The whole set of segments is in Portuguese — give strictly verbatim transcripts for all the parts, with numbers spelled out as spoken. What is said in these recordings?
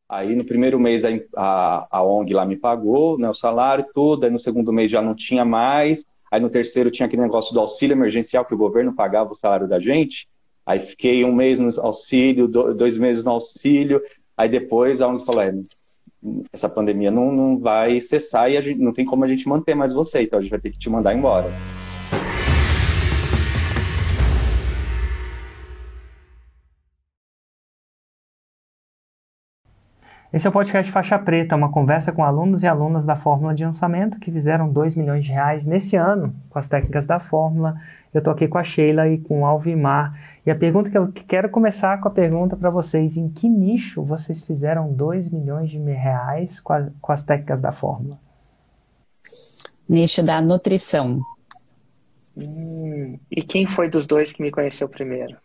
Aí no primeiro mês a, a, a O N G lá me pagou, né, o salário e tudo, aí no segundo mês já não tinha mais, aí no terceiro tinha aquele negócio do auxílio emergencial que o governo pagava o salário da gente, aí fiquei um mês no auxílio, dois meses no auxílio, aí depois a O N G falou, é, essa pandemia não, não vai cessar e a gente, não tem como a gente manter mais você, então a gente vai ter que te mandar embora. Esse é o podcast Faixa Preta, uma conversa com alunos e alunas da Fórmula de Lançamento que fizeram dois milhões de reais nesse ano com as técnicas da Fórmula. Eu estou aqui com a Sheila e com o Alvimar. E a pergunta que eu quero começar com a pergunta para vocês: em que nicho vocês fizeram dois milhões de reais com, a, com as técnicas da Fórmula? Nicho da nutrição. Hum, e quem foi dos dois que me conheceu primeiro?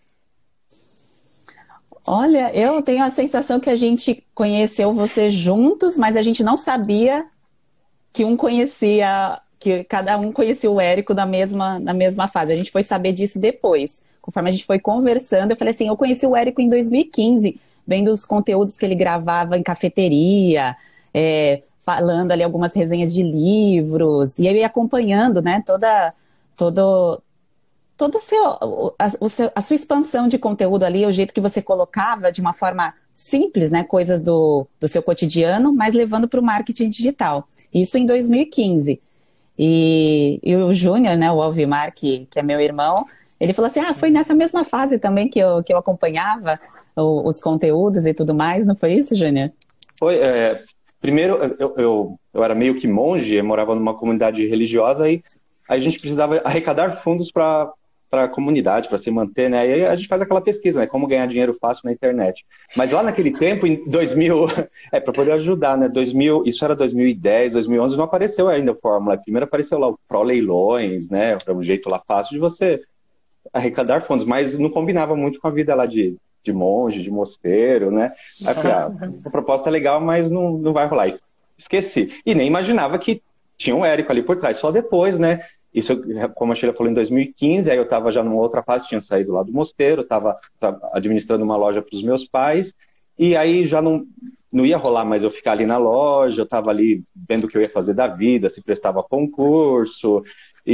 Olha, eu tenho a sensação que a gente conheceu você juntos, mas a gente não sabia que um conhecia, que cada um conhecia o Érico na mesma, na mesma fase. A gente foi saber disso depois. Conforme a gente foi conversando, eu falei assim, eu conheci o Érico em dois mil e quinze, vendo os conteúdos que ele gravava em cafeteria, é, falando ali algumas resenhas de livros, e ele acompanhando, né, toda... todo Todo o seu, a, o seu, a sua expansão de conteúdo ali, o jeito que você colocava de uma forma simples, né, coisas do, do seu cotidiano, mas levando para o marketing digital. Isso em dois mil e quinze. E, e o Júnior, né, o Alvimar, que, que é meu irmão, ele falou assim, ah, foi nessa mesma fase também que eu, que eu acompanhava o, os conteúdos e tudo mais, não foi isso, Júnior? Foi, é, primeiro eu, eu, eu era meio que monge, eu morava numa comunidade religiosa e aí a gente precisava arrecadar fundos para para a comunidade, para se manter, né? E aí a gente faz aquela pesquisa, né? Como ganhar dinheiro fácil na internet. Mas lá naquele tempo, em dois mil, é para poder ajudar, né? dois mil, isso era dois mil e dez, dois mil e onze, não apareceu ainda a Fórmula. Primeiro apareceu lá o Pro Leilões, né? Para um jeito lá fácil de você arrecadar fundos, mas não combinava muito com a vida lá de, de monge, de mosteiro, né? Aí, ah, a proposta é legal, mas não, não vai rolar. E esqueci. E nem imaginava que tinha um Érico ali por trás, só depois, né? Isso, como a Sheila falou, em dois mil e quinze, aí eu estava já numa outra fase, tinha saído lá do mosteiro, estava administrando uma loja para os meus pais, e aí já não, não ia rolar mais eu ficar ali na loja, eu estava ali vendo o que eu ia fazer da vida, se prestava concurso,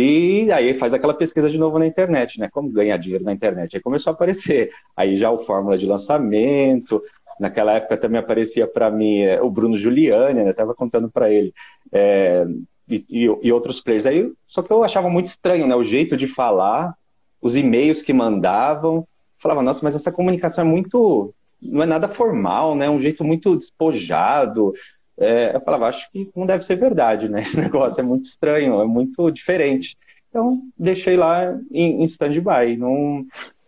e aí faz aquela pesquisa de novo na internet, né? Como ganhar dinheiro na internet? Aí começou a aparecer, aí já o Fórmula de Lançamento, naquela época também aparecia para mim é, o Bruno Giuliani, né? Eu estava contando para ele, é, E, e, e outros players. Aí, só que eu achava muito estranho, né? O jeito de falar, os e-mails que mandavam. Falava, nossa, mas essa comunicação é muito... Não é nada formal, né? Um jeito muito despojado. É, eu falava, acho que não deve ser verdade, né? Esse negócio é muito estranho, é muito diferente. Então, deixei lá em, em stand-by. Não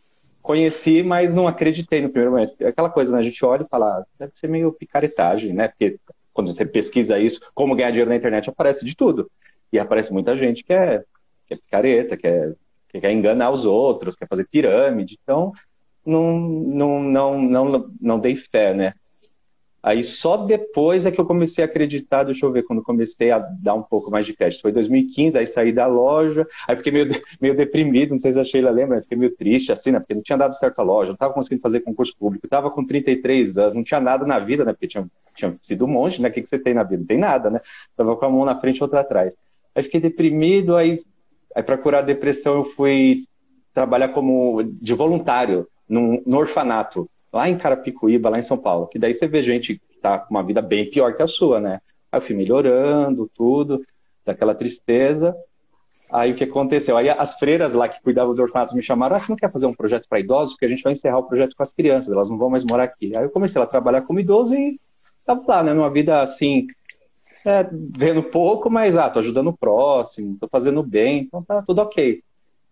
conheci, mas não acreditei no primeiro momento. É aquela coisa, né? A gente olha e fala, ah, deve ser meio picaretagem, né? Porque quando você pesquisa isso, como ganhar dinheiro na internet, aparece de tudo. E aparece muita gente que é, que é picareta, que, é, que quer enganar os outros, quer fazer pirâmide. Então, não, não, não, não, não dei fé, né? Aí só depois é que eu comecei a acreditar, deixa eu ver, quando comecei a dar um pouco mais de crédito. Foi em dois mil e quinze, aí saí da loja, aí fiquei meio, meio deprimido, não sei se a Sheila lembra, fiquei meio triste, assim, né? Porque não tinha dado certo a loja, não estava conseguindo fazer concurso público, estava com trinta e três anos, não tinha nada na vida, né? Porque tinha, tinha sido um monte, né? O que, que você tem na vida? Não tem nada, né? Tava com a mão na frente e outra atrás. Aí fiquei deprimido, aí, aí para curar a depressão eu fui trabalhar como de voluntário no, no orfanato, lá em Carapicuíba, lá em São Paulo, que daí você vê gente que tá com uma vida bem pior que a sua, né? Aí eu fui melhorando, tudo, daquela tristeza. Aí o que aconteceu? Aí as freiras lá que cuidavam do orfanato me chamaram, ah, você não quer fazer um projeto para idosos? Porque a gente vai encerrar o projeto com as crianças, elas não vão mais morar aqui. Aí eu comecei a trabalhar como idoso e tava lá, né? Numa vida assim, é, vendo pouco, mas, ah, tô ajudando o próximo, tô fazendo bem, então tá tudo ok.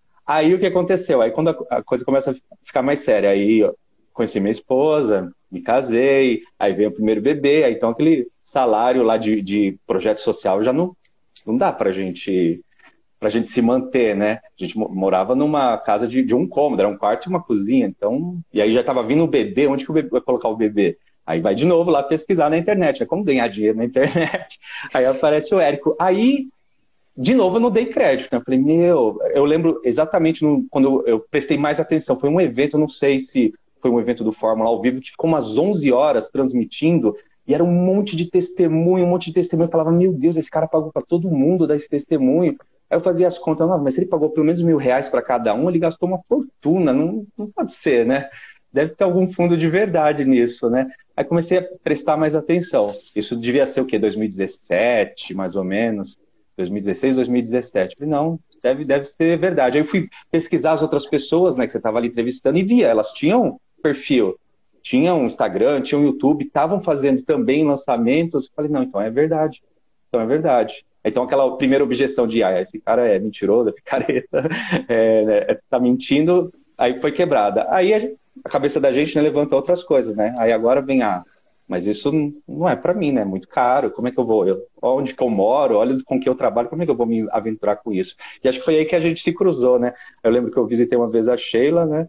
Aí o que aconteceu? Aí quando a coisa começa a ficar mais séria, aí conheci minha esposa, me casei, aí veio o primeiro bebê, aí então aquele salário lá de, de projeto social já não, não dá pra gente, pra gente se manter, né? A gente morava numa casa de, de um cômodo, era um quarto e uma cozinha, então, e aí já tava vindo o bebê, onde que o bebê vai colocar o bebê? Aí vai de novo lá pesquisar na internet, né? Como ganhar dinheiro na internet. Aí aparece o Érico. Aí, de novo, eu não dei crédito, né? Eu falei, meu, eu lembro exatamente no, quando eu, eu prestei mais atenção, foi um evento, eu não sei se foi um evento do Fórmula ao vivo, que ficou umas onze horas transmitindo, E era um monte de testemunho, um monte de testemunho. Eu falava, meu Deus, esse cara pagou para todo mundo dar esse testemunho. Aí eu fazia as contas, nossa, mas se ele pagou pelo menos mil reais para cada um, ele gastou uma fortuna. Não, não pode ser, né? Deve ter algum fundo de verdade nisso, né? Aí comecei a prestar mais atenção. Isso devia ser o quê? dois mil e dezessete, mais ou menos. dois mil e dezesseis, dois mil e dezessete. Falei, não, deve, deve ser verdade. Aí eu fui pesquisar as outras pessoas, né, que você estava ali entrevistando e via, elas tinham perfil, tinham Instagram, tinham YouTube, estavam fazendo também lançamentos. Falei, não, então é verdade. Então é verdade. Então aquela primeira objeção de, ah, esse cara é mentiroso, é picareta, é, é, tá mentindo, aí foi quebrada. Aí a, a cabeça da gente, né, levanta outras coisas, né? Aí agora vem, ah, mas isso não é para mim, né? É muito caro, como é que eu vou? Eu, onde que eu moro, olha com que eu trabalho, como é que eu vou me aventurar com isso? E acho que foi aí que a gente se cruzou, né? Eu lembro que eu visitei uma vez a Sheila, né?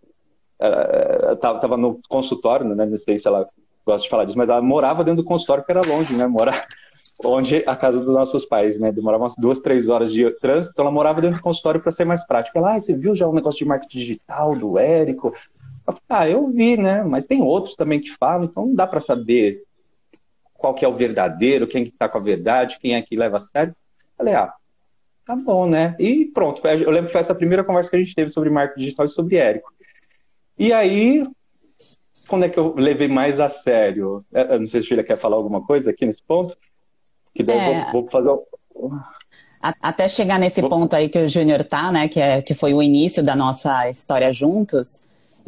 Uh, tava, tava no consultório, né? Não sei se ela gosta de falar disso, mas ela morava dentro do consultório, que era longe, né? Morar onde a casa dos nossos pais, né? Demorava umas duas, três horas de trânsito, então ela morava dentro do consultório para ser mais prático. Ela, ah, você viu já o negócio de marketing digital do Érico? Eu falei, ah, eu vi, né? Mas tem outros também que falam, então não dá para saber qual que é o verdadeiro, quem que tá com a verdade, quem é que leva a sério. Eu falei, ah, tá bom, né? E pronto, eu lembro que foi essa primeira conversa que a gente teve sobre marketing digital e sobre Érico. E aí, quando é que eu levei mais a sério? Eu não sei se a Sheila quer falar alguma coisa aqui nesse ponto. Que daí é, vou, vou fazer o... Até chegar nesse vou... ponto aí que o Júnior tá, né, que, é, que foi o início da nossa história juntos,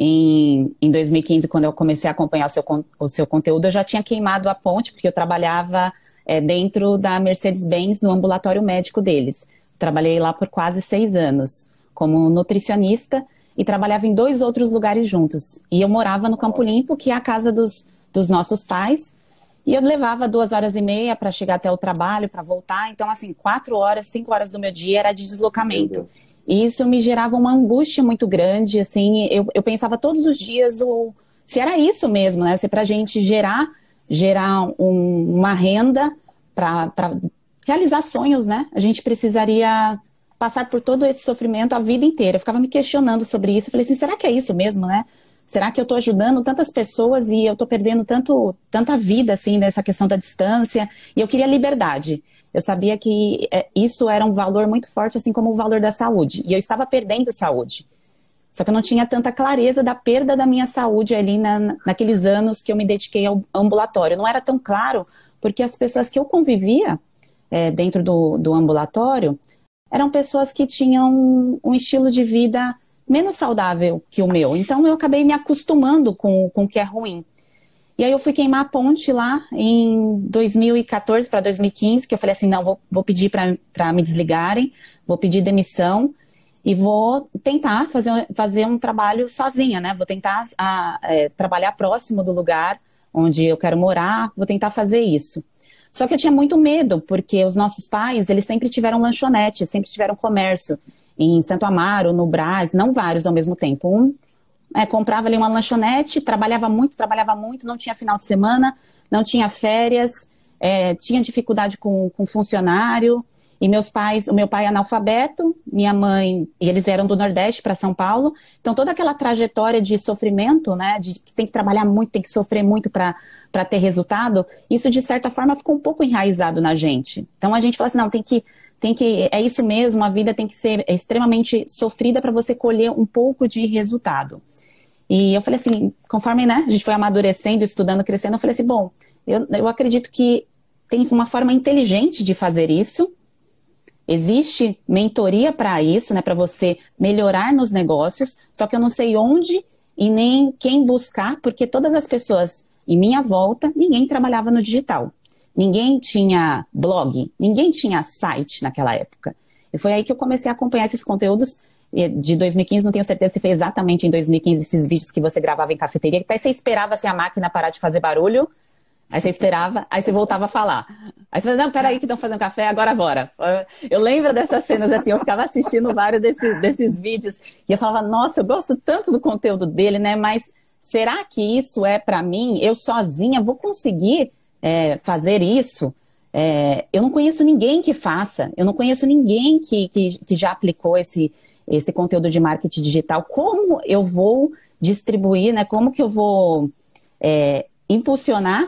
em, em dois mil e quinze, quando eu comecei a acompanhar o seu, o seu conteúdo, eu já tinha queimado a ponte, porque eu trabalhava é, dentro da Mercedes-Benz, no ambulatório médico deles. Trabalhei lá por quase seis anos, como nutricionista, e trabalhava em dois outros lugares juntos. E eu morava no Campo Limpo, que é a casa dos, dos nossos pais, e eu levava duas horas e meia para chegar até o trabalho, para voltar. Então, assim, quatro horas, cinco horas do meu dia era de deslocamento. E isso me gerava uma angústia muito grande, assim, eu, eu pensava todos os dias o, se era isso mesmo, né? Se para a gente gerar, gerar um, uma renda para realizar sonhos, né? A gente precisaria passar por todo esse sofrimento a vida inteira. Eu ficava me questionando sobre isso. Eu falei assim, será que é isso mesmo, né? Será que eu estou ajudando tantas pessoas e eu estou perdendo tanto, tanta vida, assim, nessa questão da distância? E eu queria liberdade. Eu sabia que é, isso era um valor muito forte, assim como o valor da saúde. E eu estava perdendo saúde. Só que eu não tinha tanta clareza da perda da minha saúde ali na, naqueles anos que eu me dediquei ao ambulatório. Não era tão claro, porque as pessoas que eu convivia é, dentro do, do ambulatório eram pessoas que tinham um, um estilo de vida menos saudável que o meu. Então eu acabei me acostumando com, com o que é ruim. E aí eu fui queimar a ponte lá em dois mil e quatorze para dois mil e quinze, que eu falei assim, não, vou, vou pedir para me desligarem, vou pedir demissão e vou tentar fazer, fazer um trabalho sozinha, né? Vou tentar a, é, trabalhar próximo do lugar onde eu quero morar, vou tentar fazer isso. Só que eu tinha muito medo, porque os nossos pais, eles sempre tiveram lanchonete, sempre tiveram comércio. Em Santo Amaro, no Brás, não vários ao mesmo tempo. Um é, comprava ali uma lanchonete, trabalhava muito, trabalhava muito, não tinha final de semana, não tinha férias, é, tinha dificuldade com, com funcionário. E meus pais, o meu pai é analfabeto, minha mãe, e eles vieram do Nordeste para São Paulo. Então toda aquela trajetória de sofrimento, né, de que tem que trabalhar muito, tem que sofrer muito para ter resultado, isso de certa forma ficou um pouco enraizado na gente. Então a gente fala assim, não, tem que Tem que, é isso mesmo, a vida tem que ser extremamente sofrida para você colher um pouco de resultado. E eu falei assim, conforme, né, a gente foi amadurecendo, estudando, crescendo, eu falei assim, bom, eu, eu acredito que tem uma forma inteligente de fazer isso, existe mentoria para isso, né, para você melhorar nos negócios, só que eu não sei onde e nem quem buscar, porque todas as pessoas em minha volta, ninguém trabalhava no digital. Ninguém tinha blog, ninguém tinha site naquela época. E foi aí que eu comecei a acompanhar esses conteúdos de dois mil e quinze, não tenho certeza se foi exatamente em dois mil e quinze esses vídeos que você gravava em cafeteria, que até você esperava assim, a máquina parar de fazer barulho, aí você esperava, aí você voltava a falar. Aí você falava, não, peraí que estão fazendo café, agora bora. Eu lembro dessas cenas assim, eu ficava assistindo vários desse, desses vídeos e eu falava, nossa, eu gosto tanto do conteúdo dele, né, mas será que isso é pra mim? Eu sozinha vou conseguir É, fazer isso? É, eu não conheço ninguém que faça, eu não conheço ninguém que, que, que já aplicou esse, esse conteúdo de marketing digital. Como eu vou distribuir, né? Como que eu vou é, impulsionar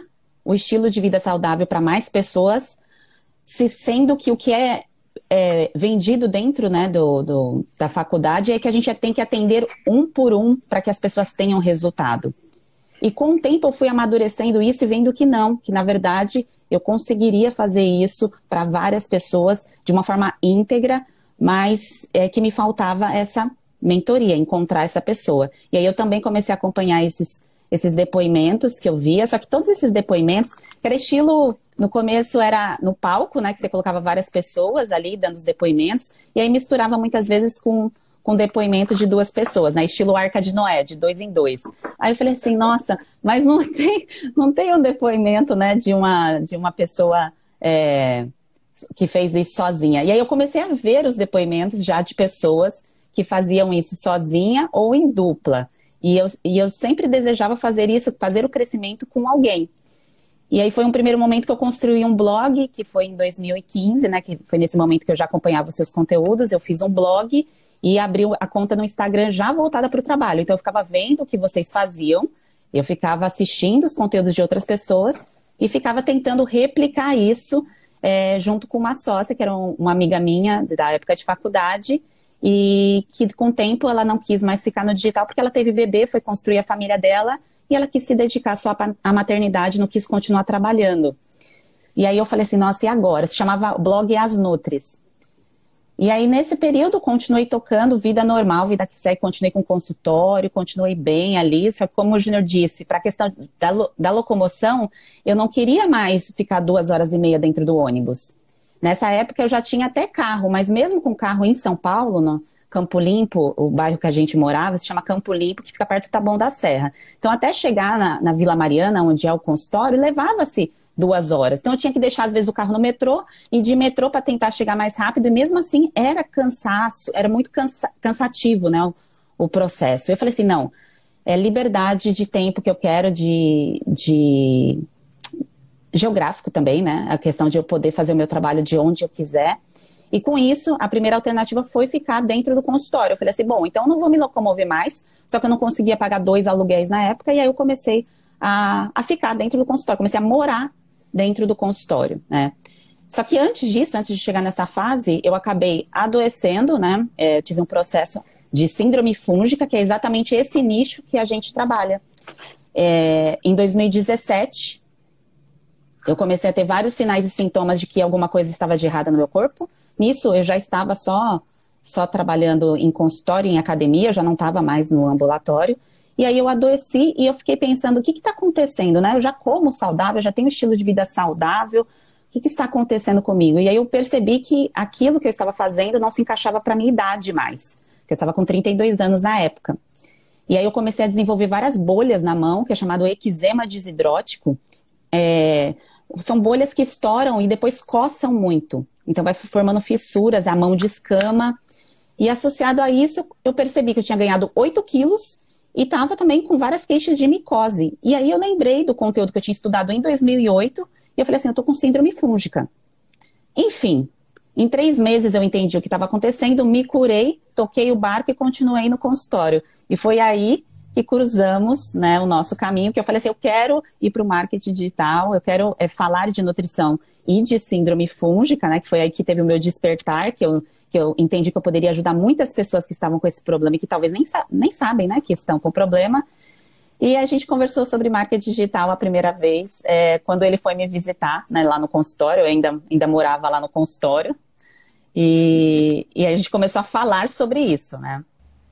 o estilo de vida saudável para mais pessoas, se sendo que o que é, é vendido dentro, né, do, do, da faculdade é que a gente tem que atender um por um para que as pessoas tenham resultado. E com o tempo eu fui amadurecendo isso e vendo que não, que na verdade eu conseguiria fazer isso para várias pessoas de uma forma íntegra, mas é que me faltava essa mentoria, encontrar essa pessoa. E aí eu também comecei a acompanhar esses, esses depoimentos que eu via, só que todos esses depoimentos, que era estilo, no começo era no palco, né, que você colocava várias pessoas ali dando os depoimentos, e aí misturava muitas vezes com, com depoimento de duas pessoas, né, estilo Arca de Noé, de dois em dois. Aí eu falei assim, nossa, mas não tem, não tem um depoimento, né, de uma, de uma pessoa é, que fez isso sozinha. E aí eu comecei a ver os depoimentos já de pessoas que faziam isso sozinha ou em dupla. E eu, e eu sempre desejava fazer isso, fazer o crescimento com alguém. E aí foi um primeiro momento que eu construí um blog, que foi em dois mil e quinze, né, que foi nesse momento que eu já acompanhava os seus conteúdos, eu fiz um blog e abri a conta no Instagram já voltada para o trabalho. Então eu ficava vendo o que vocês faziam, eu ficava assistindo os conteúdos de outras pessoas e ficava tentando replicar isso é, junto com uma sócia, que era um, uma amiga minha da época de faculdade, e que com o tempo ela não quis mais ficar no digital porque ela teve bebê, foi construir a família dela e ela quis se dedicar só à maternidade, não quis continuar trabalhando. E aí eu falei assim, nossa, e agora? Se chamava blog As Nutris. E aí nesse período continuei tocando vida normal, vida que segue, continuei com consultório, continuei bem ali, só que como o Júnior disse, para a questão da, da locomoção, eu não queria mais ficar duas horas e meia dentro do ônibus. Nessa época eu já tinha até carro, mas mesmo com carro em São Paulo, no Campo Limpo, o bairro que a gente morava, se chama Campo Limpo, que fica perto do Taboão da Serra. Então até chegar na, na Vila Mariana, onde é o consultório, levava-se duas horas. Então eu tinha que deixar às vezes o carro no metrô e de metrô para tentar chegar mais rápido, e mesmo assim era cansaço, era muito cansa, cansativo, né, o, o processo. Eu falei assim, não, é liberdade de tempo que eu quero, de... de geográfico também, né? A questão de eu poder fazer o meu trabalho de onde eu quiser. E com isso, a primeira alternativa foi ficar dentro do consultório. Eu falei assim, bom, então eu não vou me locomover mais, só que eu não conseguia pagar dois aluguéis na época, e aí eu comecei a, a ficar dentro do consultório, comecei a morar dentro do consultório, né? Só que antes disso, antes de chegar nessa fase, eu acabei adoecendo, né? É, tive um processo de síndrome fúngica, que é exatamente esse nicho que a gente trabalha. É, em dois mil e dezessete, eu comecei a ter vários sinais e sintomas de que alguma coisa estava de errada no meu corpo. Nisso, eu já estava só, só trabalhando em consultório, em academia, eu já não estava mais no ambulatório. E aí eu adoeci e eu fiquei pensando, o que está acontecendo, né? Eu já como saudável, já tenho um estilo de vida saudável, o que, que está acontecendo comigo? E aí eu percebi que aquilo que eu estava fazendo não se encaixava para a minha idade mais. Eu estava com trinta e dois anos na época. E aí eu comecei a desenvolver várias bolhas na mão, que é chamado eczema desidrótico. É... São bolhas que estouram e depois coçam muito. Então vai formando fissuras, a mão descama. E associado a isso, eu percebi que eu tinha ganhado oito quilos e estava também com várias queixas de micose. E aí eu lembrei do conteúdo que eu tinha estudado em dois mil e oito e eu falei assim, eu estou com síndrome fúngica. Enfim, em três meses eu entendi o que estava acontecendo, me curei, toquei o barco e continuei no consultório. E foi aí que cruzamos, né, o nosso caminho, que eu falei assim, eu quero ir para o marketing digital, eu quero é, falar de nutrição e de síndrome fúngica, né, que foi aí que teve o meu despertar, que eu, que eu entendi que eu poderia ajudar muitas pessoas que estavam com esse problema e que talvez nem, nem sabem, né, que estão com o problema. E a gente conversou sobre marketing digital a primeira vez, é, quando ele foi me visitar, né, lá no consultório, eu ainda, ainda morava lá no consultório, e, e a gente começou a falar sobre isso, né.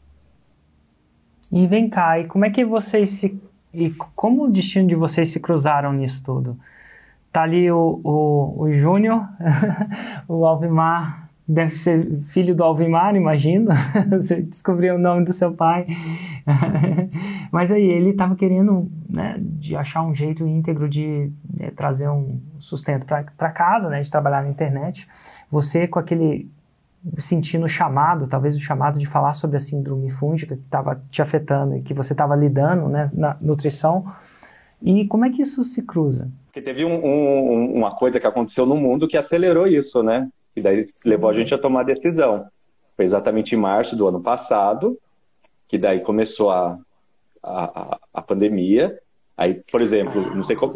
E vem cá, e como é que vocês se... E como o destino de vocês se cruzaram nisso tudo? Tá ali o, o, o Júnior, o Alvimar, deve ser filho do Alvimar, imagino. Você descobriu o nome do seu pai. Mas aí, ele estava querendo, né, de achar um jeito íntegro de, né, trazer um sustento para casa, né, de trabalhar na internet. Você com aquele... sentindo o chamado, talvez o chamado de falar sobre a síndrome fúngica que estava te afetando e que você estava lidando, né, na nutrição. E como é que isso se cruza? Porque teve um, um, uma coisa que aconteceu no mundo que acelerou isso, né? E daí levou a gente a tomar a decisão. Foi exatamente em março do ano passado, que daí começou a, a, a pandemia. Aí, por exemplo, não sei como,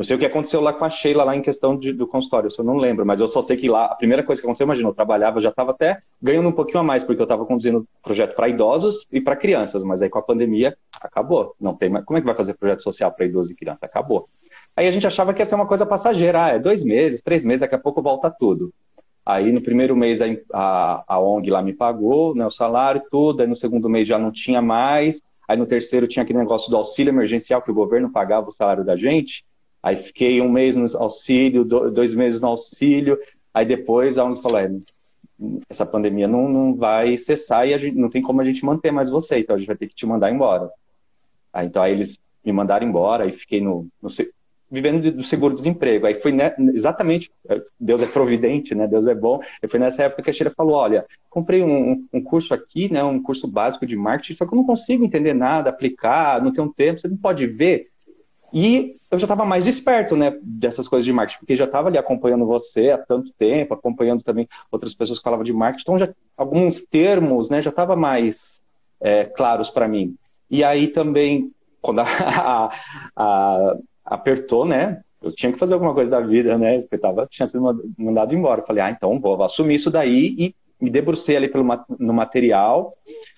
Não sei o que aconteceu lá com a Sheila, lá em questão de, do consultório, isso eu não lembro, mas eu só sei que lá, a primeira coisa que aconteceu, imagina, eu trabalhava, já estava até ganhando um pouquinho a mais, porque eu estava conduzindo projeto para idosos e para crianças, mas aí com a pandemia, acabou. Não tem mais. Como é que vai fazer projeto social para idosos e crianças? Acabou. Aí a gente achava que ia ser uma coisa passageira, ah, é dois meses, três meses, daqui a pouco volta tudo. Aí no primeiro mês a, a, a O N G lá me pagou, né, o salário e tudo, aí no segundo mês já não tinha mais, aí no terceiro tinha aquele negócio do auxílio emergencial que o governo pagava o salário da gente, aí fiquei um mês no auxílio, dois meses no auxílio, aí depois a O N G falou, é, essa pandemia não, não vai cessar e a gente, não tem como a gente manter mais você, então a gente vai ter que te mandar embora. Aí, então aí eles me mandaram embora, aí fiquei no... no vivendo do seguro-desemprego. Aí foi né, exatamente, Deus é providente, né? Deus é bom. E foi nessa época que a Sheila falou, olha, comprei um, um curso aqui, né? Um curso básico de marketing, só que eu não consigo entender nada, aplicar, não tenho tempo, você não pode ver. E eu já estava mais desperto, né? Dessas coisas de marketing, porque já estava ali acompanhando você há tanto tempo, acompanhando também outras pessoas que falavam de marketing, então já, alguns termos, né? Já estava mais é, claros para mim. E aí também, quando a, a, a apertou, né? Eu tinha que fazer alguma coisa da vida, né? Porque eu tava, tinha sido mandado embora. Eu falei, ah, então vou, vou assumir isso daí e me debrucei ali pelo, no material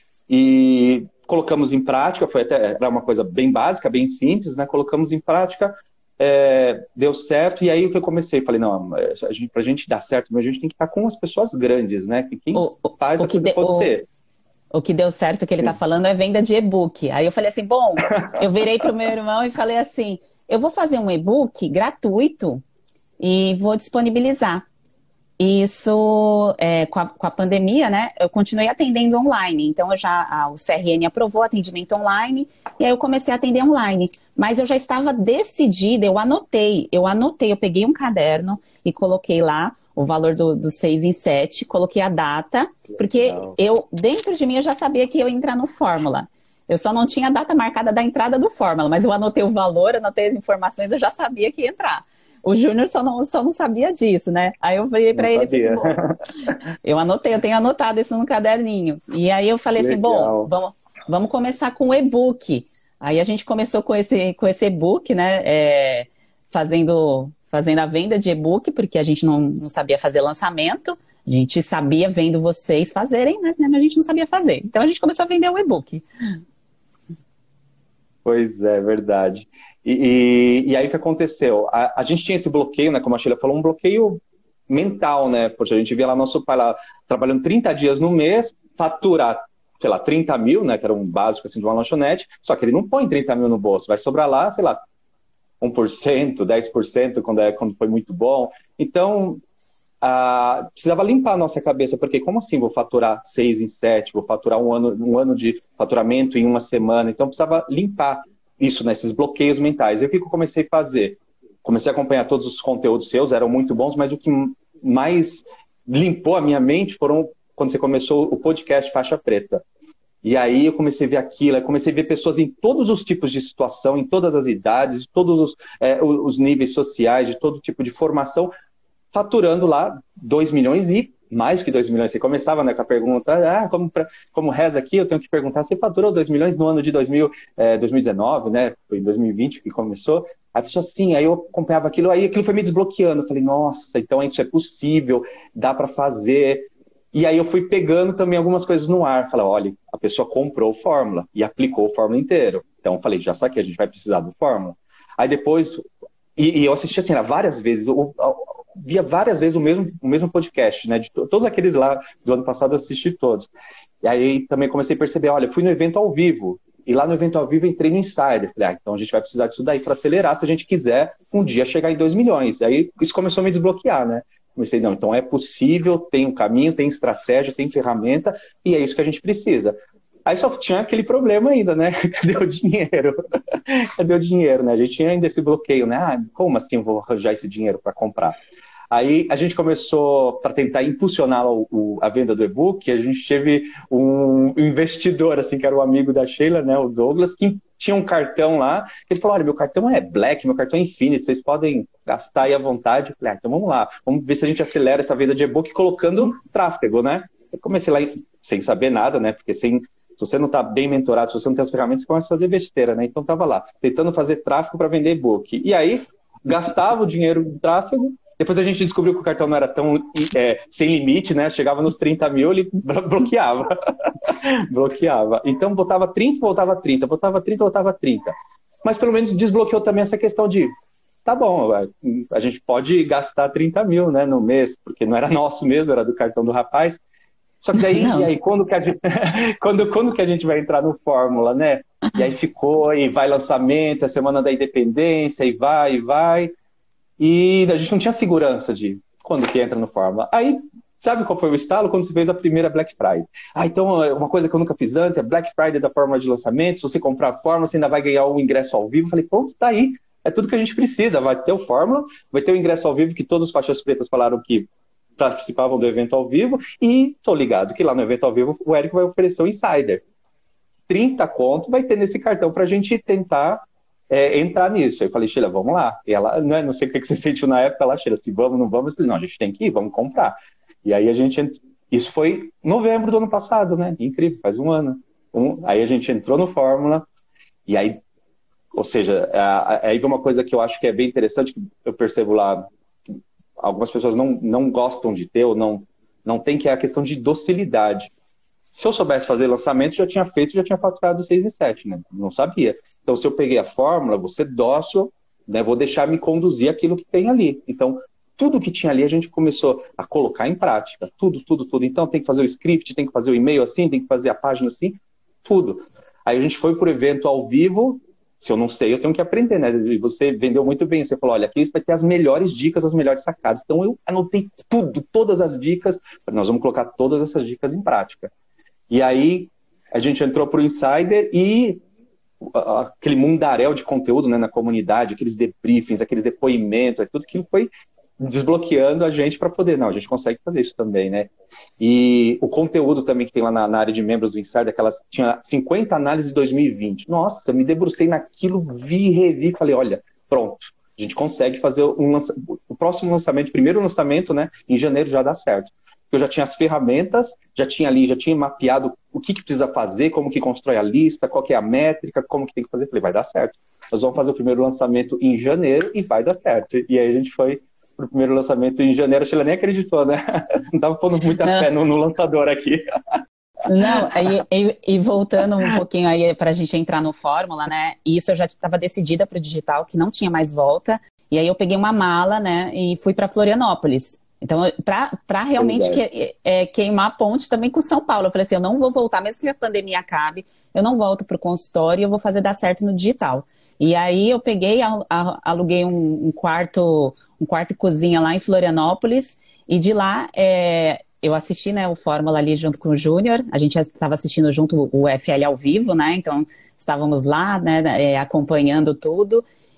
e colocamos em prática. Foi até era uma coisa bem básica, bem simples, né? Colocamos em prática, é, deu certo. E aí o que eu comecei? Falei, não, a gente, pra gente dar certo, a gente tem que estar com as pessoas grandes, né? Quem o, faz o a coisa de, acontecer. O que deu certo que ele está falando é venda de e-book. Aí eu falei assim, bom, eu virei para o meu irmão e falei assim, eu vou fazer um e-book gratuito e vou disponibilizar. Isso, é, com, a, com a pandemia, né, eu continuei atendendo online. Então, eu já, a, o C R N aprovou atendimento online e aí eu comecei a atender online. Mas eu já estava decidida, eu anotei, eu anotei, eu peguei um caderno e coloquei lá o valor do, do seis em sete, coloquei a data, porque Legal. eu, dentro de mim, eu já sabia que eu ia entrar no Fórmula. Eu só não tinha a data marcada da entrada do Fórmula, mas eu anotei o valor, anotei as informações, eu já sabia que ia entrar. O Júnior só não, só não sabia disso, né? Aí eu falei para ele, assim, bom, eu anotei, eu tenho anotado isso no caderninho. E aí eu falei Legal. assim, bom, vamos, vamos começar com o e-book. Aí a gente começou com esse, com esse e-book, né? É, fazendo... fazendo a venda de e-book, porque a gente não, não sabia fazer lançamento, a gente sabia vendo vocês fazerem, mas né, a gente não sabia fazer. Então a gente começou a vender o e-book. Pois é, verdade. E, e, e aí o que aconteceu? A, a gente tinha esse bloqueio, né, como a Sheila falou, um bloqueio mental, né? Porque a gente via lá nosso pai lá trabalhando trinta dias no mês, faturar, sei lá, trinta mil, né, que era um básico assim, de uma lanchonete, só que ele não põe trinta mil no bolso, vai sobrar lá, sei lá, um por cento, dez por cento quando, é, quando foi muito bom. Então, ah, precisava limpar a nossa cabeça, porque como assim vou faturar seis em sete, vou faturar um ano, um ano de faturamento em uma semana? Então, precisava limpar isso, né, esses bloqueios mentais. E o que eu comecei a fazer? Comecei a acompanhar todos os conteúdos seus, eram muito bons, mas o que mais limpou a minha mente foram quando você começou o podcast Faixa Preta. E aí eu comecei a ver aquilo, eu comecei a ver pessoas em todos os tipos de situação, em todas as idades, de todos os, é, os níveis sociais, de todo tipo de formação, faturando lá dois milhões e mais que dois milhões. Você começava, né, com a pergunta, ah, como, pra, como reza aqui, eu tenho que perguntar, você faturou dois milhões no ano de dois mil, é, dois mil e dezenove, né? Foi em dois mil e vinte que começou. Aí a pessoa assim, aí eu acompanhava aquilo, aí aquilo foi me desbloqueando. Eu falei, nossa, então isso é possível, dá para fazer. E aí eu fui pegando também algumas coisas no ar. Falei, olha, a pessoa comprou o Fórmula e aplicou o Fórmula inteiro. Então eu falei, já saquei, a gente vai precisar do Fórmula. Aí depois, e, e eu assisti assim, várias vezes, eu, eu, via várias vezes o mesmo, o mesmo podcast, né? De to, todos aqueles lá do ano passado eu assisti todos. E aí também comecei a perceber, olha, fui no evento ao vivo. E lá no evento ao vivo entrei no Insider. Falei, ah, então a gente vai precisar disso daí para acelerar se a gente quiser um dia chegar em dois milhões. E aí isso começou a me desbloquear, né? Comecei, não, então é possível, tem um caminho, tem estratégia, tem ferramenta, e é isso que a gente precisa. Aí só tinha aquele problema ainda, né? Cadê o dinheiro? Cadê o dinheiro, né? A gente tinha ainda esse bloqueio, né? Ah, como assim eu vou arranjar esse dinheiro para comprar? Aí a gente começou, para tentar impulsionar o, o, a venda do e-book, a gente teve um investidor, assim, que era o amigo da Sheila, né, o Douglas, que tinha um cartão lá, ele falou, olha, meu cartão é Black, meu cartão é Infinity, vocês podem gastar aí à vontade. Eu falei, ah, então vamos lá, vamos ver se a gente acelera essa venda de e-book colocando tráfego, né? Eu comecei lá sem saber nada, né, porque sem... Se você não está bem mentorado, se você não tem as ferramentas, você começa a fazer besteira, né? Então, estava lá, tentando fazer tráfego para vender e-book. E aí, gastava o dinheiro do tráfego. Depois a gente descobriu que o cartão não era tão é, sem limite, né? Chegava nos trinta mil, ele bloqueava. bloqueava. Então botava trinta, voltava trinta, botava trinta, voltava trinta. Mas pelo menos desbloqueou também essa questão de, tá bom, a gente pode gastar trinta mil, né, no mês, porque não era nosso mesmo, era do cartão do rapaz. Só que daí, e aí, quando que, a gente, quando, quando que a gente vai entrar no Fórmula, né? E aí ficou, e vai lançamento, a semana da independência, e vai, e vai. E a gente não tinha segurança de quando que entra no Fórmula. Aí, sabe qual foi o estalo? Quando você fez a primeira Black Friday. Ah, então, uma coisa que eu nunca fiz antes é Black Friday da Fórmula de lançamento. Se você comprar a Fórmula, você ainda vai ganhar o ingresso ao vivo. Eu falei, pronto, tá aí. É tudo que a gente precisa. Vai ter o Fórmula, vai ter o ingresso ao vivo, que todos os faixas pretas falaram que participavam do evento ao vivo, e tô ligado que lá no evento ao vivo o Érico vai oferecer o Insider. trinta conto vai ter nesse cartão pra gente tentar é, entrar nisso. Aí eu falei, Sheila, vamos lá. E ela, não, é, não sei o que você sentiu na época lá, Sheila, se vamos, não vamos. Eu falei, não, a gente tem que ir, vamos comprar. E aí a gente, isso foi em novembro do ano passado, né? Incrível, faz um ano. Um, aí a gente entrou no Fórmula, e aí, ou seja, aí vem uma coisa que eu acho que é bem interessante, que eu percebo lá, algumas pessoas não, não gostam de ter ou não, não tem, que é a questão de docilidade. Se eu soubesse fazer lançamento, já tinha feito, já tinha faturado seis e sete, né? Não sabia. Então, se eu peguei a fórmula, vou ser dócil, né? Vou deixar me conduzir aquilo que tem ali. Então, tudo que tinha ali, a gente começou a colocar em prática. Tudo, tudo, tudo. Então, tem que fazer o script, tem que fazer o e-mail assim, tem que fazer a página assim, tudo. Aí a gente foi para o evento ao vivo. Se eu não sei, eu tenho que aprender, né? E você vendeu muito bem. Você falou, olha, aqui vai ter as melhores dicas, as melhores sacadas. Então eu anotei tudo, todas as dicas. Nós vamos colocar todas essas dicas em prática. E aí a gente entrou para o Insider e aquele mundaréu de conteúdo, né, na comunidade, aqueles debriefings, aqueles depoimentos, tudo que foi desbloqueando a gente para poder, não, a gente consegue fazer isso também, né? E o conteúdo também que tem lá na, na área de membros do Insider, aquelas, tinha cinquenta análises de dois mil e vinte. Nossa, me debrucei naquilo, vi, revi, falei, olha, pronto, a gente consegue fazer um lança... o próximo lançamento, o primeiro lançamento, né, em janeiro já dá certo. Eu já tinha as ferramentas, já tinha ali, já tinha mapeado o que, que precisa fazer, como que constrói a lista, qual que é a métrica, como que tem que fazer. Falei, vai dar certo. Nós vamos fazer o primeiro lançamento em janeiro e vai dar certo. E aí a gente foi pro primeiro lançamento em janeiro, a Sheila nem acreditou, né? Não tava pondo muita Não. fé no, no lançador aqui. Não, e, e, e voltando um pouquinho aí para a gente entrar no Fórmula, né? Isso eu já estava decidida para o digital, que não tinha mais volta. E aí eu peguei uma mala, né? E fui para Florianópolis. Então, para realmente que, é, queimar a ponte também com São Paulo. Eu falei assim, eu não vou voltar, mesmo que a pandemia acabe, eu não volto para o consultório e eu vou fazer dar certo no digital. E aí eu peguei, aluguei um, um quarto, um quarto e cozinha lá em Florianópolis, e de lá é, eu assisti, né, o Fórmula ali junto com o Júnior. A gente estava assistindo junto o F L ao vivo, né? Então estávamos lá, né, é, acompanhando tudo.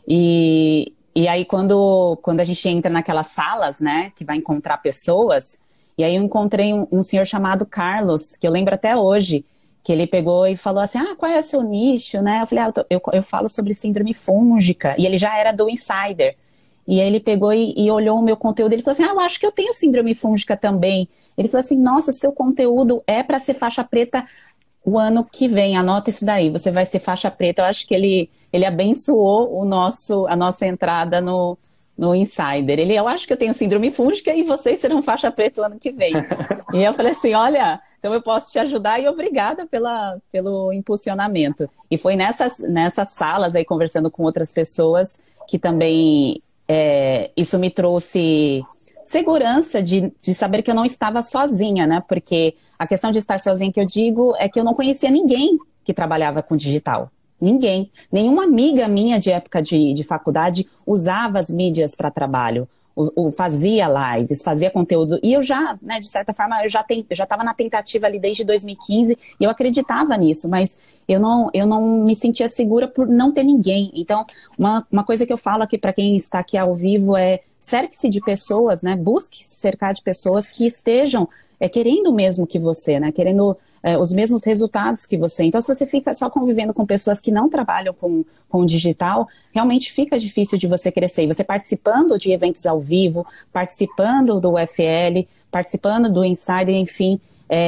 E... E aí, quando, quando a gente entra naquelas salas, né, que vai encontrar pessoas, e aí eu encontrei um, um senhor chamado Carlos, que eu lembro até hoje, que ele pegou e falou assim, ah, qual é o seu nicho, né? Eu falei, ah, eu, tô, eu, eu falo sobre síndrome fúngica, e ele já era do Insider. E aí ele pegou e, e olhou o meu conteúdo, ele falou assim, ah, eu acho que eu tenho síndrome fúngica também. Ele falou assim, nossa, o seu conteúdo é para ser faixa preta o ano que vem, anota isso daí, você vai ser faixa preta. Eu acho que ele, ele abençoou o nosso, a nossa entrada no, no Insider. Ele, eu acho que eu tenho síndrome fúngica e vocês serão faixa preta o ano que vem. E eu falei assim, olha, então eu posso te ajudar e obrigada pela, pelo impulsionamento. E foi nessas, nessas salas aí, conversando com outras pessoas, que também é, isso me trouxe segurança de, de saber que eu não estava sozinha, né? Porque a questão de estar sozinha que eu digo é que eu não conhecia ninguém que trabalhava com digital. Ninguém. Nenhuma amiga minha de época de, de faculdade usava as mídias para trabalho. O, o, fazia lives, fazia conteúdo. E eu já, né, de certa forma, eu já estava na tentativa ali desde dois mil e quinze e eu acreditava nisso, mas eu não, eu não me sentia segura por não ter ninguém. Então, uma, uma coisa que eu falo aqui para quem está aqui ao vivo é cerque-se de pessoas, né? Busque se cercar de pessoas que estejam é, querendo o mesmo que você, né? Querendo é, os mesmos resultados que você. Então, se você fica só convivendo com pessoas que não trabalham com, com o digital, realmente fica difícil de você crescer. E você participando de eventos ao vivo, participando do U F L, participando do Insider, enfim,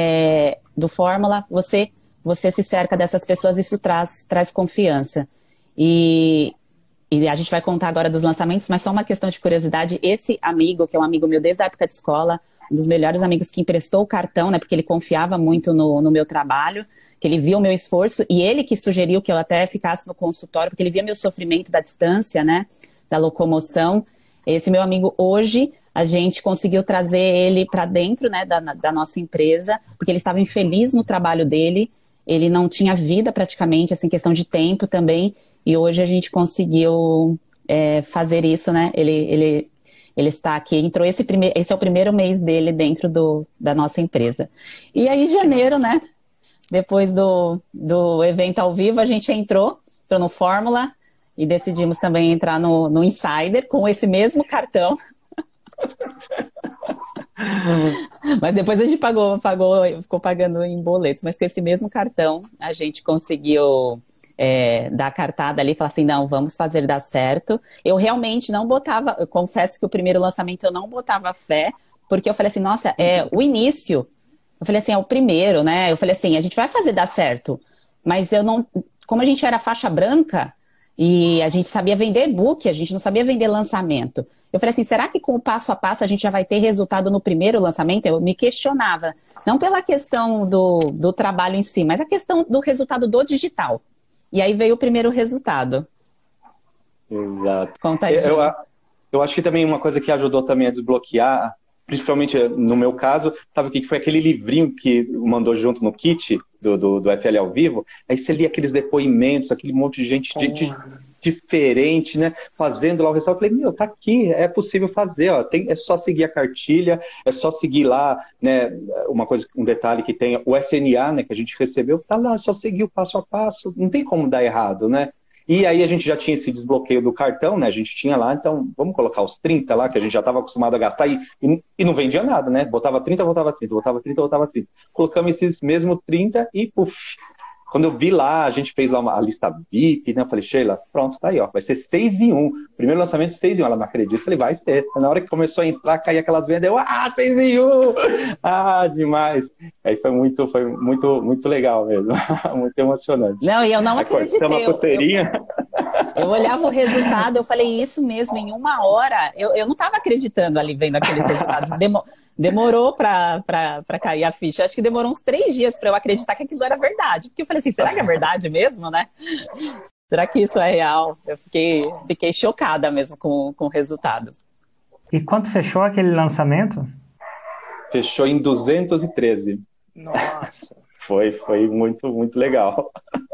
é, do Fórmula, você, você se cerca dessas pessoas, isso traz, traz confiança. E... e a gente vai contar agora dos lançamentos, mas só uma questão de curiosidade, esse amigo, que é um amigo meu desde a época de escola, um dos melhores amigos que emprestou o cartão, né, porque ele confiava muito no, no meu trabalho, que ele via o meu esforço, e ele que sugeriu que eu até ficasse no consultório, porque ele via meu sofrimento da distância, né, da locomoção. Esse meu amigo, hoje, a gente conseguiu trazer ele para dentro, né, da, da nossa empresa, porque ele estava infeliz no trabalho dele, ele não tinha vida praticamente, assim, questão de tempo também, e hoje a gente conseguiu é, fazer isso, né, ele... ele Ele está aqui, entrou esse primeiro, esse é o primeiro mês dele dentro do, da nossa empresa. E aí, em janeiro, né? Depois do, do evento ao vivo, a gente entrou, entrou no Fórmula e decidimos também entrar no, no Insider com esse mesmo cartão. Mas depois a gente pagou, pagou, ficou pagando em boletos, mas com esse mesmo cartão a gente conseguiu é, dar a cartada ali e falar assim, não, vamos fazer dar certo. Eu realmente não botava, eu confesso que o primeiro lançamento eu não botava fé, porque eu falei assim, nossa, é o início, eu falei assim, é o primeiro, né? Eu falei assim, a gente vai fazer dar certo, mas eu não, como a gente era faixa branca, e a gente sabia vender e-book, a gente não sabia vender lançamento. Eu falei assim, será que com o passo a passo a gente já vai ter resultado no primeiro lançamento? Eu me questionava, não pela questão do, do trabalho em si, mas a questão do resultado do digital. E aí veio o primeiro resultado. Exato. Conta aí, eu, eu, eu acho que também uma coisa que ajudou também a desbloquear, principalmente no meu caso, sabe o que foi aquele livrinho que mandou junto no kit do, do, do F L ao vivo? Aí você lia aqueles depoimentos, aquele monte de gente de, de, diferente, né? Fazendo lá o resultado. Eu falei, meu, tá aqui, é possível fazer, ó. Tem, é só seguir a cartilha, é só seguir lá, né? Uma coisa, um detalhe que tem, o S N A, né, que a gente recebeu, tá lá, é só seguir o passo a passo, não tem como dar errado, né? E aí a gente já tinha esse desbloqueio do cartão, né? A gente tinha lá, então vamos colocar os trinta lá, que a gente já estava acostumado a gastar, e, e, e não vendia nada, né? Botava trinta, botava trinta, botava trinta, botava trinta. Colocamos esses mesmos trinta e, puf, quando eu vi lá, a gente fez lá uma, a lista V I P, né? Eu falei, Sheila, pronto, tá aí, ó, vai ser seis em um. Primeiro lançamento, seis em um. Ela não acredita, eu falei, vai ser. Na hora que começou a entrar, cair aquelas vendas, eu, ah, seis em um! Ah, demais! Aí foi muito, foi muito, muito legal mesmo, muito emocionante. Não, e eu não aí, acreditei. Uma pulseirinha. Eu, eu olhava o resultado, eu falei, isso mesmo, em uma hora. Eu, eu não estava acreditando ali vendo aqueles resultados. Demo, demorou para cair a ficha. Acho que demorou uns três dias para eu acreditar que aquilo era verdade. Porque eu falei assim, será que é verdade mesmo, né? Será que isso é real? Eu fiquei, fiquei chocada mesmo com, com o resultado. E quanto fechou aquele lançamento? Fechou em duzentos e treze. Nossa. Foi, foi muito, muito legal.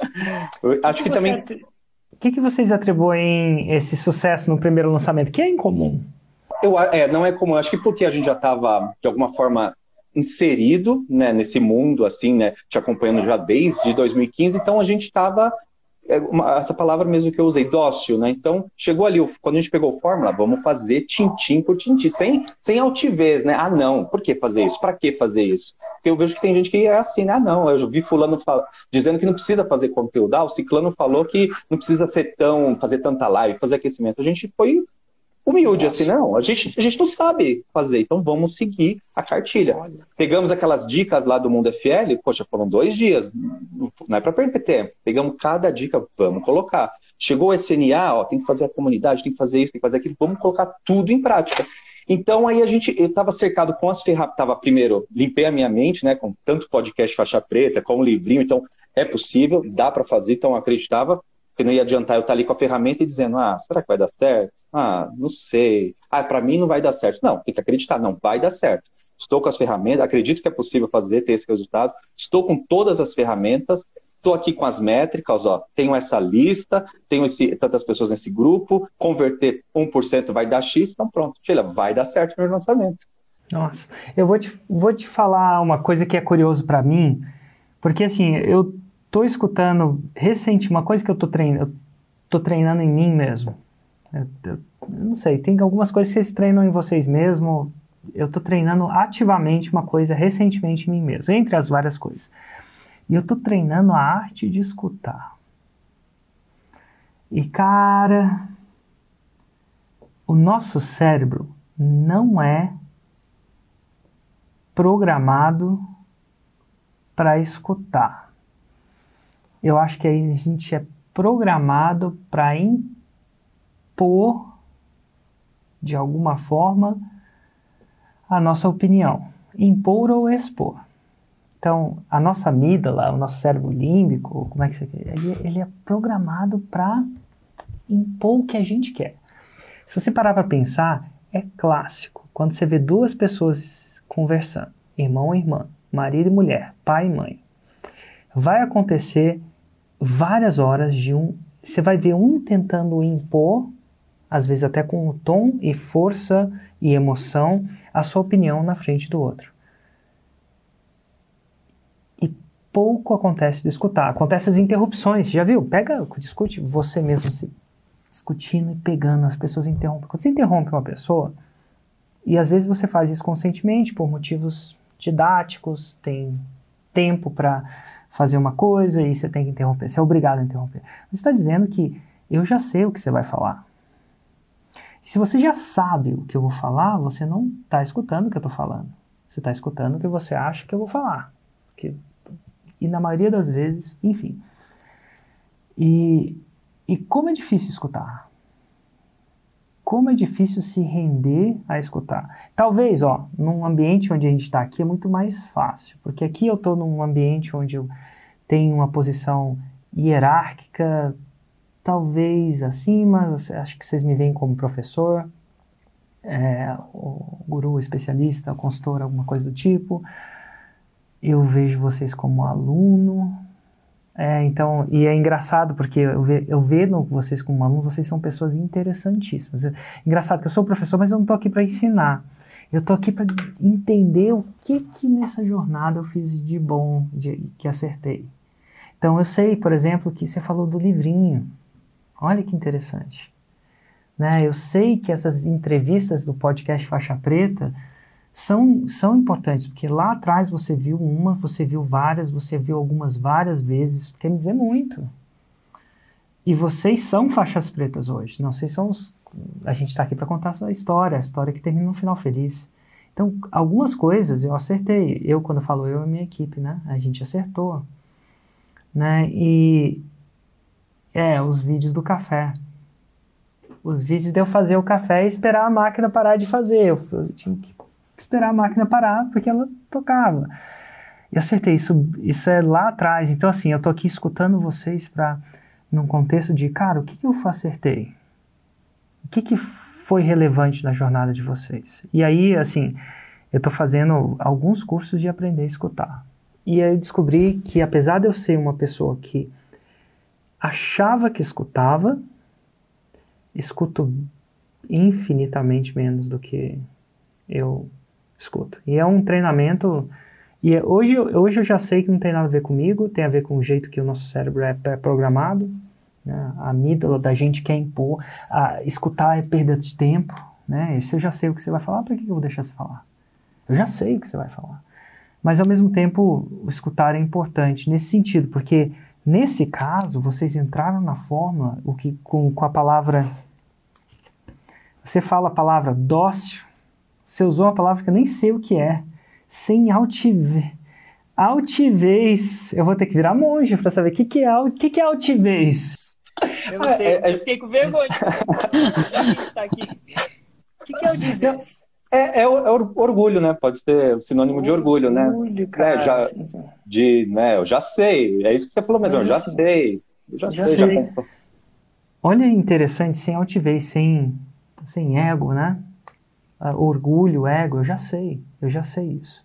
Eu acho que, que também... O que, que vocês atribuem esse sucesso no primeiro lançamento? Que é incomum? Eu, é, não é comum. Acho que porque a gente já estava, de alguma forma, inserido, né, nesse mundo, assim, né, te acompanhando já desde dois mil e quinze, então a gente estava, é, essa palavra mesmo que eu usei, dócil, né? Então, chegou ali, quando a gente pegou o Fórmula, vamos fazer tintim por tintim, sem, sem altivez, né? Ah, não, por que fazer isso? Para que fazer isso? Porque eu vejo que tem gente que é assim, né? Ah, não, eu vi fulano fala, dizendo que não precisa fazer conteúdo, ah, o ciclano falou que não precisa ser tão, fazer tanta live, fazer aquecimento. A gente foi humilde, Nossa. assim, não, a gente, a gente não sabe fazer, então vamos seguir a cartilha. Olha. Pegamos aquelas dicas lá do Mundo F L, poxa, foram dois dias, não é para perder tempo. Pegamos cada dica, vamos colocar. Chegou o S N A, ó, tem que fazer a comunidade, tem que fazer isso, tem que fazer aquilo, vamos colocar tudo em prática. Então aí a gente, eu estava cercado com as ferramentas, tava, primeiro, limpei a minha mente, né, com tanto podcast faixa preta, como livrinho, então é possível, dá para fazer, então eu acreditava, que não ia adiantar eu estar ali com a ferramenta e dizendo, ah, será que vai dar certo? Ah, não sei. Ah, para mim não vai dar certo. Não, tem que acreditar, não vai dar certo. Estou com as ferramentas, acredito que é possível fazer, ter esse resultado. Estou com todas as ferramentas, estou aqui com as métricas, ó, tenho essa lista, tenho esse, tantas pessoas nesse grupo, converter um por cento vai dar X, então pronto, Sheila, vai dar certo o meu lançamento. Nossa, eu vou te, vou te falar uma coisa que é curioso para mim, porque assim, eu tô escutando recente, uma coisa que eu tô treinando, eu tô treinando em mim mesmo. Eu, eu, eu não sei, tem algumas coisas que vocês treinam em vocês mesmos. Eu tô treinando ativamente uma coisa recentemente em mim mesmo, entre as várias coisas. E eu tô treinando a arte de escutar. E cara, o nosso cérebro não é programado para escutar. Eu acho que a gente é programado para expor, de alguma forma, a nossa opinião. Impor ou expor. Então, a nossa amígdala, o nosso cérebro límbico, como é que você quer? Ele, ele é programado para impor o que a gente quer. Se você parar para pensar, é clássico. Quando você vê duas pessoas conversando, irmão e irmã, marido e mulher, pai e mãe, vai acontecer várias horas de um... Você vai ver um tentando impor, às vezes até com o tom e força e emoção, a sua opinião na frente do outro. E pouco acontece de escutar. Acontecem as interrupções, já viu? Pega, discute você mesmo se discutindo e pegando, as pessoas interrompem. Quando você interrompe uma pessoa, e às vezes você faz isso conscientemente, por motivos didáticos, tem tempo para fazer uma coisa e você tem que interromper, você é obrigado a interromper. Você está dizendo que eu já sei o que você vai falar. Se você já sabe o que eu vou falar, você não está escutando o que eu estou falando. Você está escutando o que você acha que eu vou falar. Que, e na maioria das vezes, enfim. E, e como é difícil escutar. Como é difícil se render a escutar. Talvez, ó, num ambiente onde a gente está aqui é muito mais fácil. Porque aqui eu estou num ambiente onde eu tenho uma posição hierárquica, talvez acima, acho que vocês me veem como professor, é, o guru, especialista, o consultor, alguma coisa do tipo. Eu vejo vocês como aluno. É, então, e é engraçado porque eu, ve, eu vendo vocês como aluno, vocês são pessoas interessantíssimas. É engraçado que eu sou professor, mas eu não estou aqui para ensinar. Eu estou aqui para entender o que que nessa jornada eu fiz de bom, de, que acertei. Então, eu sei, por exemplo, que você falou do livrinho. Olha que interessante. Né? Eu sei que essas entrevistas do podcast Faixa Preta são, são importantes, porque lá atrás você viu uma, você viu várias, você viu algumas várias vezes, isso quer me dizer muito. E vocês são faixas pretas hoje, não, vocês são os, a gente está aqui para contar a sua história, a história que termina num final feliz. Então, algumas coisas eu acertei, eu quando eu falo eu, é a minha equipe, né? A gente acertou. Né? E, é, os vídeos do café. Os vídeos de eu fazer o café e esperar a máquina parar de fazer. Eu, eu tinha que esperar a máquina parar porque ela tocava. Eu acertei, isso, isso é lá atrás. Então, assim, eu tô aqui escutando vocês para num contexto de, cara, o que, que eu acertei? O que, que foi relevante na jornada de vocês? E aí, assim, eu tô fazendo alguns cursos de aprender a escutar. E aí eu descobri que, apesar de eu ser uma pessoa que achava que escutava, escuto infinitamente menos do que eu escuto. E é um treinamento, e é, hoje, hoje eu já sei que não tem nada a ver comigo, tem a ver com o jeito que o nosso cérebro é, é programado, né? A amígdala da gente quer impor, a, escutar é perda de tempo, né? Se eu já sei o que você vai falar, para que eu vou deixar você falar? Eu já sei o que você vai falar. Mas ao mesmo tempo, o escutar é importante nesse sentido, porque nesse caso, vocês entraram na fórmula, o que, com, com a palavra, você fala a palavra dócil, você usou uma palavra que eu nem sei o que é, sem altivez. Altivez, eu vou ter que virar monge para saber o que, que, é, o que, que é altivez. Eu não sei, eu fiquei com vergonha. Já que a gente tá aqui. O que, que é altivez? É, é, o, é o orgulho, né? Pode ser sinônimo de orgulho, né? Orgulho, cara. É, já, de, né? Eu já sei. É isso que você falou mesmo. Eu já assim, sei. Eu já, já sei. sei. Já... Olha, interessante, sem altivez, sem, sem ego, né? Uh, orgulho, ego, eu já sei. Eu já sei isso.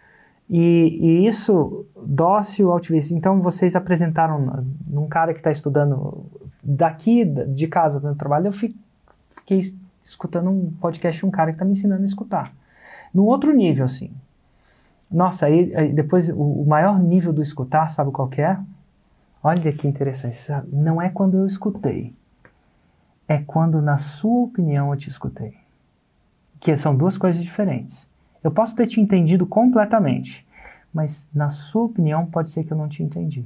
E, e isso, dócil, altivez. Então, vocês apresentaram num cara que está estudando daqui, de casa, do trabalho, eu fiquei escutando um podcast de um cara que está me ensinando a escutar. Num outro nível, assim. Nossa, aí, aí depois, o, o maior nível do escutar, sabe qual que é? Olha que interessante, sabe? Não é quando eu escutei. É quando, na sua opinião, eu te escutei. Que são duas coisas diferentes. Eu posso ter te entendido completamente, mas, na sua opinião, pode ser que eu não te entendi.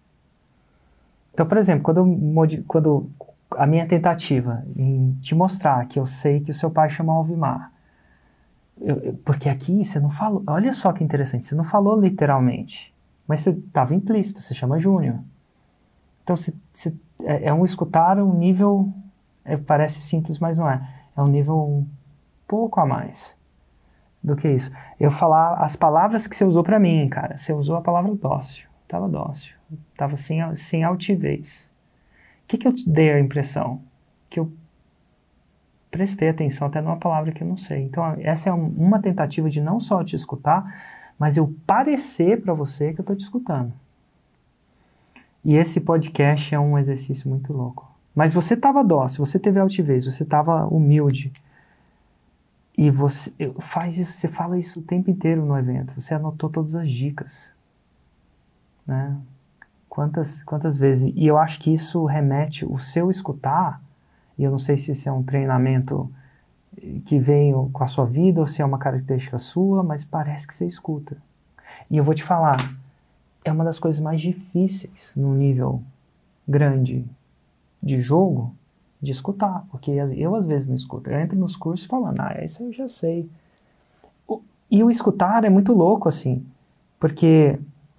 Então, por exemplo, quando, eu, quando a minha tentativa em te mostrar que eu sei que o seu pai chama Alvimar, eu, eu, porque aqui você não falou, olha só que interessante, você não falou literalmente, mas você estava implícito, você chama Júnior. Então, você, você, é, é um escutar um nível, É, parece simples, mas não é. É um nível um pouco a mais do que isso. Eu falar as palavras que você usou pra mim, cara. Você usou a palavra dócil. Tava dócil. Tava sem, sem altivez. O que que eu te dei a impressão? Que eu prestei atenção até numa palavra que eu não sei. Então, essa é um, uma tentativa de não só te escutar, mas eu parecer pra você que eu tô te escutando. E esse podcast é um exercício muito louco. Mas você tava dócil, você teve altivez, você tava humilde. E você faz isso, você fala isso o tempo inteiro no evento. Você anotou todas as dicas, né? Quantas, quantas vezes? E eu acho que isso remete, o seu escutar, e eu não sei se isso é um treinamento que vem com a sua vida ou se é uma característica sua, mas parece que você escuta. E eu vou te falar, é uma das coisas mais difíceis num nível grande de jogo, de escutar, porque eu às vezes não escuto. Eu entro nos cursos falando, ah, isso eu já sei. E o escutar é muito louco, assim, porque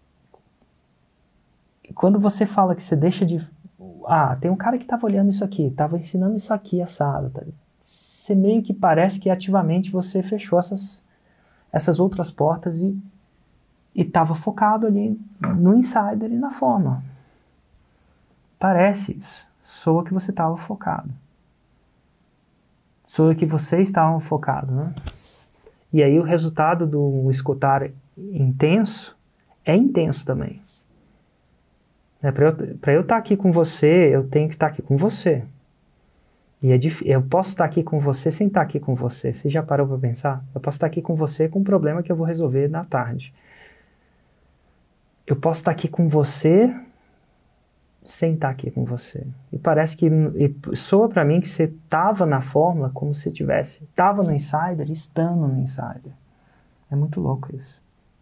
quando você fala que você deixa de... Ah, tem um cara que estava olhando isso aqui, estava ensinando isso aqui, assado. Tá? Você meio que parece que ativamente você fechou essas, essas outras portas e estava focado ali no insider e na forma. Parece isso. Soa que você estava focado. Soa que vocês estavam focados, né? E aí o resultado do escutar intenso é intenso também. É, para eu, para eu estar aqui com você, eu tenho que estar aqui com você. E é dif... eu posso estar aqui com você sem estar aqui com você. Você já parou para pensar? Eu posso estar aqui com você com um problema que eu vou resolver na tarde. Eu posso estar aqui com você sem estar aqui com você. E parece que e soa para mim que você estava na fórmula como se tivesse. Estava no insider, estando no insider. É muito louco isso.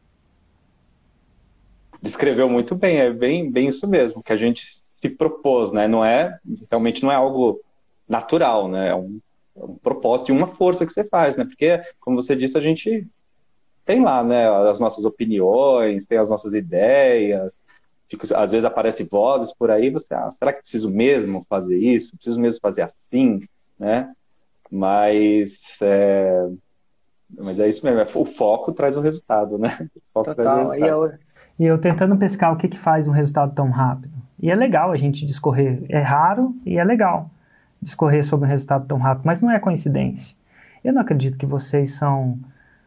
Descreveu muito bem, é bem, bem isso mesmo, que a gente se propôs, né? Não é, realmente não é algo natural, né? É um, é um propósito e uma força que você faz, né? Porque, como você disse, a gente tem lá, né? As nossas opiniões, tem as nossas ideias, fica, às vezes aparecem vozes por aí, você, ah, será que preciso mesmo fazer isso? Preciso mesmo fazer assim, né? Mas é, mas é isso mesmo, o foco traz o resultado, né? O foco Total. traz o resultado. E eu, e eu tentando pescar o que, que faz um resultado tão rápido. E é legal a gente discorrer, é raro e é legal discorrer sobre um resultado tão rápido, mas não é coincidência. Eu não acredito que vocês são...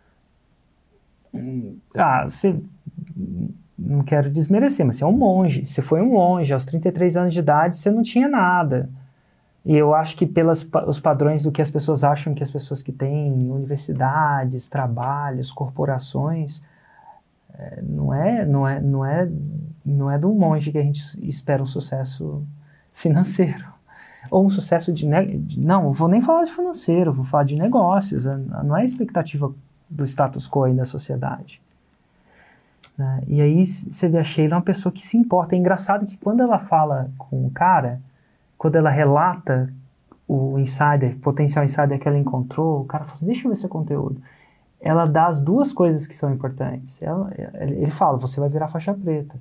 Ah, você... Não quero desmerecer, mas você é um monge. Você foi um monge, aos trinta e três anos de idade você não tinha nada. E eu acho que pelos os padrões do que as pessoas acham que as pessoas que têm universidades, trabalhos, corporações, é, não é, não é, não é, não é do monge que a gente espera um sucesso financeiro. Ou um sucesso de... Ne- de não, não vou nem falar de financeiro, vou falar de negócios. Não é a expectativa do status quo aí da sociedade. Né? E aí você vê a Sheila uma pessoa que se importa. É engraçado que quando ela fala com o cara, quando ela relata o insider, potencial insider que ela encontrou, o cara fala assim, deixa eu ver seu conteúdo. Ela dá as duas coisas que são importantes. Ela, ele fala, você vai virar faixa preta.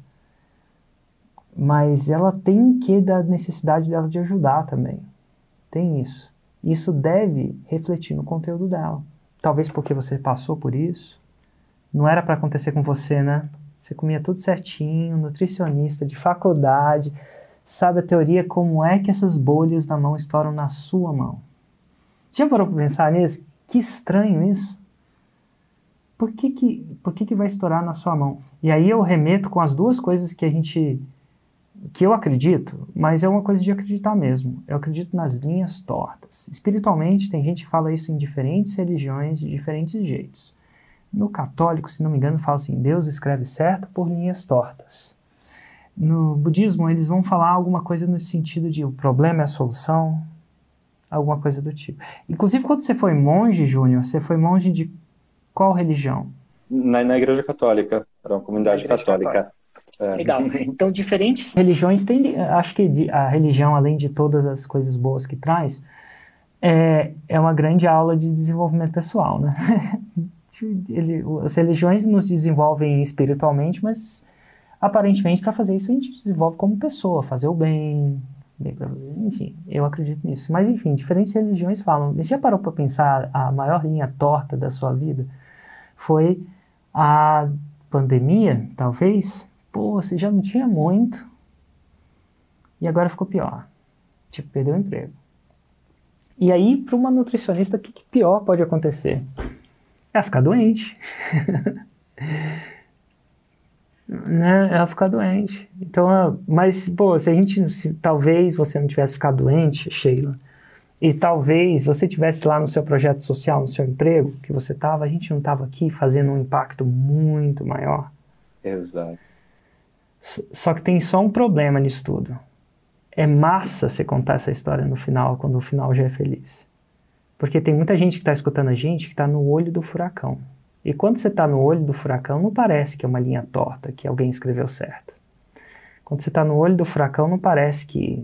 Mas ela tem um quê da necessidade dela de ajudar também. Tem isso. Isso deve refletir no conteúdo dela. Talvez porque você passou por isso. Não era para acontecer com você, né? Você comia tudo certinho, nutricionista de faculdade, sabe a teoria como é que essas bolhas na mão estouram na sua mão. Já parou para pensar nisso? Que estranho isso. Por que que, por que que vai estourar na sua mão? E aí eu remeto com as duas coisas que a gente... que eu acredito, mas é uma coisa de acreditar mesmo. Eu acredito nas linhas tortas. Espiritualmente, tem gente que fala isso em diferentes religiões, de diferentes jeitos. No católico, se não me engano, fala assim, Deus escreve certo por linhas tortas. No budismo, eles vão falar alguma coisa no sentido de o problema é a solução, alguma coisa do tipo. Inclusive, quando você foi monge, Júnior, você foi monge de qual religião? Na, na Igreja Católica, era uma comunidade católica. católica. É. Legal. Então, diferentes religiões têm, acho que a religião, além de todas as coisas boas que traz, é, é uma grande aula de desenvolvimento pessoal, né? Ele, as religiões nos desenvolvem espiritualmente, mas aparentemente para fazer isso a gente desenvolve como pessoa, fazer o bem, bem para você. Enfim, eu acredito nisso. Mas, enfim, diferentes religiões falam. Você já parou para pensar a maior linha torta da sua vida? Foi a pandemia, talvez? Pô, você já não tinha muito. E agora ficou pior. Tipo, perdeu o emprego. E aí, para uma nutricionista, o que, que pior pode acontecer? É ficar doente. Né? Ela ficar doente. Então, mas, pô, se a gente, se, talvez você não tivesse ficado doente, Sheila, e talvez você tivesse lá no seu projeto social, no seu emprego que você estava, a gente não estava aqui fazendo um impacto muito maior. Exato. Só que tem só um problema nisso tudo. É massa você contar essa história no final, quando o final já é feliz. Porque tem muita gente que está escutando a gente que está no olho do furacão. E quando você está no olho do furacão, não parece que é uma linha torta, que alguém escreveu certo. Quando você está no olho do furacão, não parece que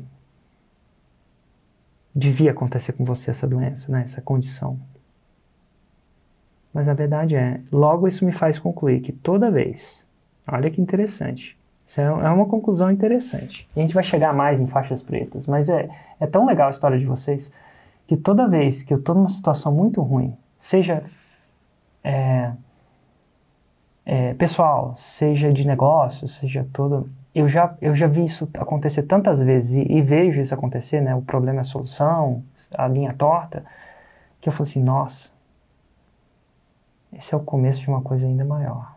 devia acontecer com você essa doença, né? Essa condição. Mas a verdade é, logo isso me faz concluir que toda vez, olha que interessante, isso é uma conclusão interessante. E a gente vai chegar mais em faixas pretas, mas é, é tão legal a história de vocês, que toda vez que eu estou numa situação muito ruim, seja É, é, pessoal, seja de negócio, seja todo... Eu já, eu já vi isso acontecer tantas vezes e, e vejo isso acontecer, né? O problema é a solução, a linha torta, que eu falo assim, nossa, esse é o começo de uma coisa ainda maior.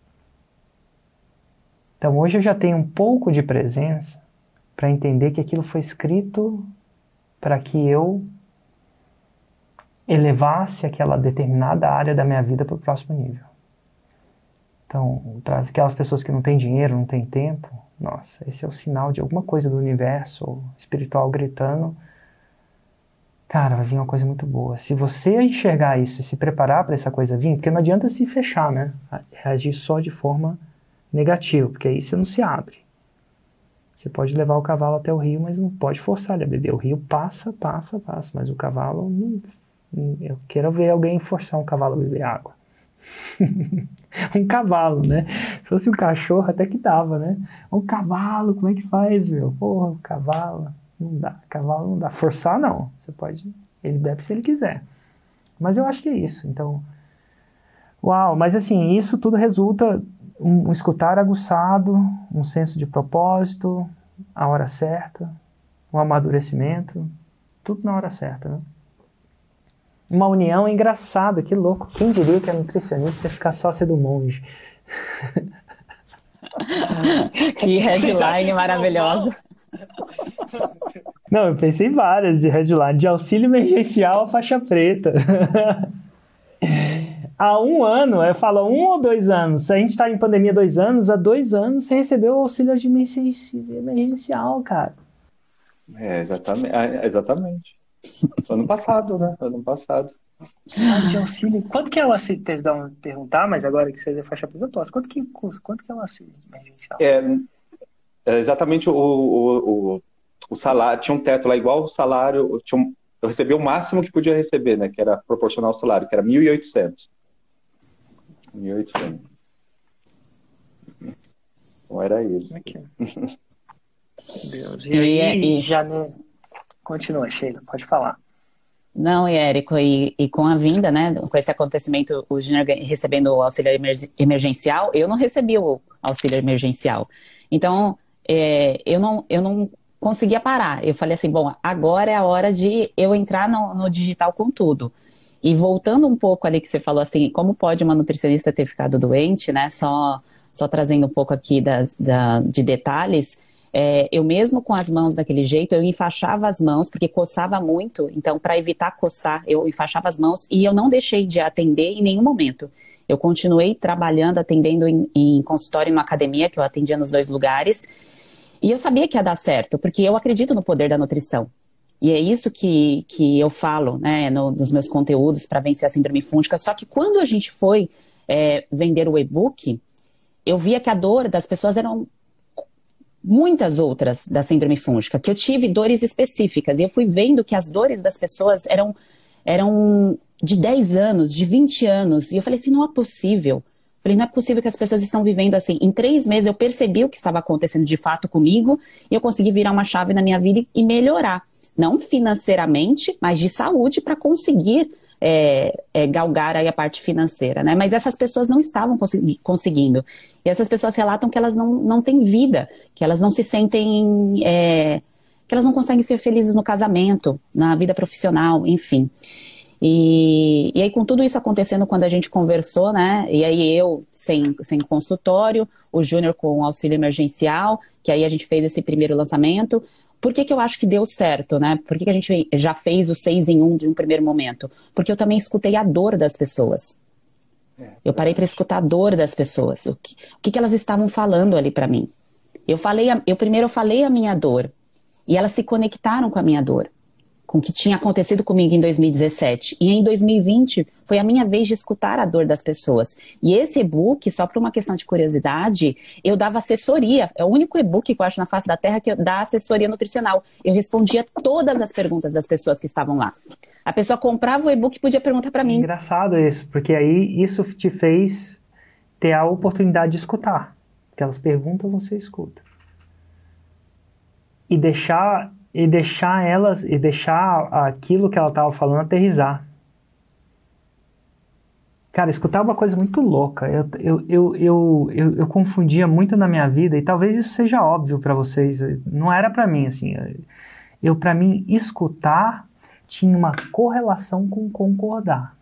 Então hoje eu já tenho um pouco de presença para entender que aquilo foi escrito para que eu elevasse aquela determinada área da minha vida para o próximo nível. Então, para aquelas pessoas que não têm dinheiro, não têm tempo, nossa, esse é o sinal de alguma coisa do universo espiritual gritando, cara, vai vir uma coisa muito boa. Se você enxergar isso e se preparar para essa coisa vir, porque não adianta se fechar, né? Reagir só de forma negativa, porque aí você não se abre. Você pode levar o cavalo até o rio, mas não pode forçar ele a beber. O rio passa, passa, passa, mas o cavalo não... Eu quero ver alguém forçar um cavalo a beber água. Um cavalo, né? Se fosse um cachorro, até que dava, né? Um cavalo, como é que faz, meu? Porra, um cavalo, não dá. Cavalo não dá. Forçar, não. Você pode... Ele bebe se ele quiser. Mas eu acho que é isso. Então, uau. Mas assim, isso tudo resulta um, um escutar aguçado, um senso de propósito, a hora certa, um amadurecimento, tudo na hora certa, né? Uma união engraçada, que louco. Quem diria que a nutricionista ia ficar sócia do monge? Que headline maravilhosa. Não, eu pensei em várias de headline. De auxílio emergencial à faixa preta. Há um ano, eu falo um ou dois anos. Se a gente está em pandemia dois anos, há dois anos você recebeu o auxílio emergencial, cara. É, exatamente. Exatamente. Ano passado, né? Ano passado. Ah, de auxílio. Quanto que é o auxílio? Perdão, perguntar, mas agora que você é faixa preta, eu posso. Quanto que, quanto que é o auxílio emergencial? É, é exatamente o, o, o, o salário. Tinha um teto lá igual o salário. Eu, tinha um, eu recebi o máximo que podia receber, né? Que era proporcional ao salário, que era mil e oitocentos. mil e oitocentos. Então era isso. Aqui. Deus. E, E, aí, e... já no... Continua, Sheila, pode falar. Não, e Érico, e, e com a vinda, né, com esse acontecimento, o Júnior recebendo o auxílio emergencial, eu não recebi o auxílio emergencial. Então, é, eu, não, eu não conseguia parar. Eu falei assim, bom, agora é a hora de eu entrar no, no digital com tudo. E voltando um pouco ali que você falou assim, como pode uma nutricionista ter ficado doente, né, só, só trazendo um pouco aqui das, da, de detalhes... É, eu mesmo com as mãos daquele jeito, eu enfaixava as mãos, porque coçava muito, então para evitar coçar, eu enfaixava as mãos e eu não deixei de atender em nenhum momento. Eu continuei trabalhando, atendendo em, em consultório e numa academia, que eu atendia nos dois lugares, e eu sabia que ia dar certo, porque eu acredito no poder da nutrição. E é isso que, que eu falo, né, no, nos meus conteúdos para vencer a síndrome fúngica, só que quando a gente foi é, vender o e-book, eu via que a dor das pessoas eram muitas outras da síndrome fúngica, que eu tive dores específicas, e eu fui vendo que as dores das pessoas eram, eram de dez anos, de vinte anos, e eu falei assim, não é possível, Falei, não é possível que as pessoas estão vivendo assim. Em três meses eu percebi o que estava acontecendo de fato comigo e eu consegui virar uma chave na minha vida e melhorar. Não financeiramente, mas de saúde para conseguir é, é, galgar aí a parte financeira, né? Mas essas pessoas não estavam consegui- conseguindo. E essas pessoas relatam que elas não, não têm vida, que elas não se sentem... É, que elas não conseguem ser felizes no casamento, na vida profissional, enfim. E, e aí, com tudo isso acontecendo quando a gente conversou, né? E aí eu sem, sem consultório, o Júnior com auxílio emergencial, que aí a gente fez esse primeiro lançamento. Por que que eu acho que deu certo, né? Por que que a gente já fez o seis em um de um primeiro momento? Porque eu também escutei a dor das pessoas. Eu parei para escutar a dor das pessoas. O que, o que que elas estavam falando ali para mim? Eu falei, a, eu primeiro eu falei a minha dor. E elas se conectaram com a minha dor, com o que tinha acontecido comigo em dois mil e dezessete. E em dois mil e vinte foi a minha vez de escutar a dor das pessoas. E esse e-book, só por uma questão de curiosidade, eu dava assessoria. É o único e-book que eu acho na face da Terra que dá assessoria nutricional. Eu respondia todas as perguntas das pessoas que estavam lá. A pessoa comprava o e-book e podia perguntar para mim. É engraçado isso, porque aí isso te fez ter a oportunidade de escutar. Porque elas perguntam, você escuta. E deixar, e deixar elas, e deixar aquilo que ela estava falando aterrissar. Cara, escutar é uma coisa muito louca. Eu, eu, eu, eu, eu, eu confundia muito na minha vida, e talvez isso seja óbvio para vocês. Não era para mim, assim. Eu, para mim, escutar tinha uma correlação com concordar.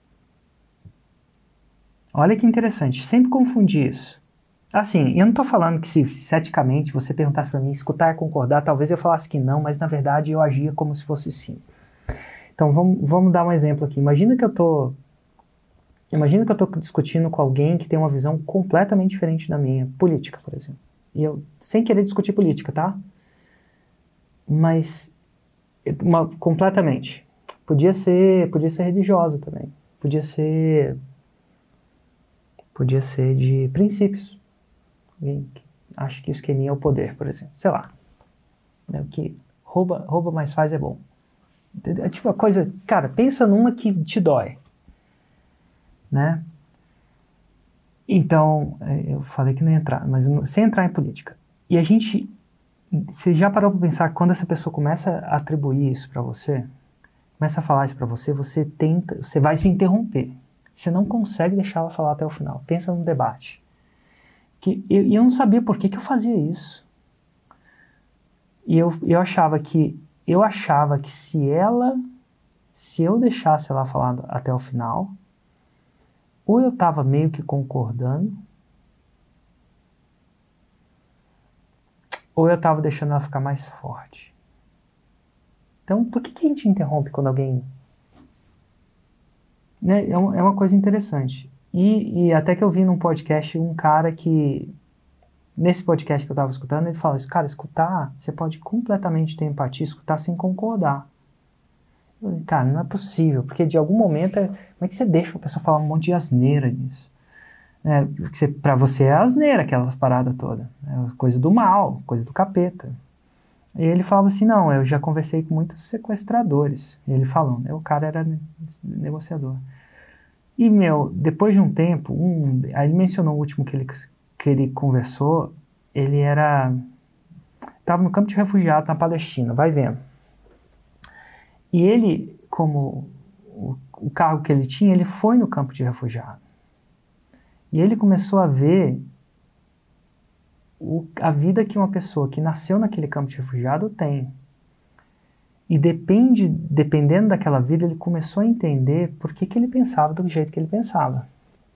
Olha que interessante, sempre confundi isso. Assim, eu não estou falando que se, se eticamente você perguntasse para mim, escutar e concordar, talvez eu falasse que não, mas na verdade eu agia como se fosse sim. Então vamos, vamos dar um exemplo aqui. Imagina que eu tô, imagina que eu estou discutindo com alguém que tem uma visão completamente diferente da minha, política, por exemplo. E eu, sem querer discutir política, tá? Mas, uma, completamente. Podia ser, podia ser religiosa também. Podia ser, podia ser de princípios. Alguém que acha que o esqueminha é o poder, por exemplo. Sei lá. É o que rouba, rouba mais faz é bom. É tipo uma coisa... Cara, pensa numa que te dói. Né? Então, eu falei que não ia entrar, mas sem entrar em política. E a gente... Você já parou para pensar que quando essa pessoa começa a atribuir isso para você, começa a falar isso para você, você tenta... Você vai se interromper. Você não consegue deixar ela falar até o final. Pensa num debate. E eu, eu não sabia por que, que eu fazia isso. E eu, eu achava que eu achava que se ela, se eu deixasse ela falar até o final, ou eu estava meio que concordando, ou eu estava deixando ela ficar mais forte. Então, por que, que a gente interrompe quando alguém... Né? É, um, é uma coisa interessante. E, e até que eu vi num podcast um cara que, nesse podcast que eu estava escutando, ele fala, cara, escutar, você pode completamente ter empatia, escutar sem concordar. Eu falei, cara, não é possível, porque de algum momento, é, como é que você deixa a pessoa falar um monte de asneira nisso? É, porque você, pra você é asneira aquelas paradas todas, é coisa do mal, coisa do capeta. E ele falava assim, não, eu já conversei com muitos sequestradores. E ele falando, o cara era negociador. E, meu, depois de um tempo, um, aí ele mencionou o último que ele, que ele conversou, ele era... Estava no campo de refugiados na Palestina, vai vendo. E ele, como o, o cargo que ele tinha, ele foi no campo de refugiado. E ele começou a ver o, a vida que uma pessoa que nasceu naquele campo de refugiado tem. E depende, dependendo daquela vida, ele começou a entender por que, que ele pensava do jeito que ele pensava.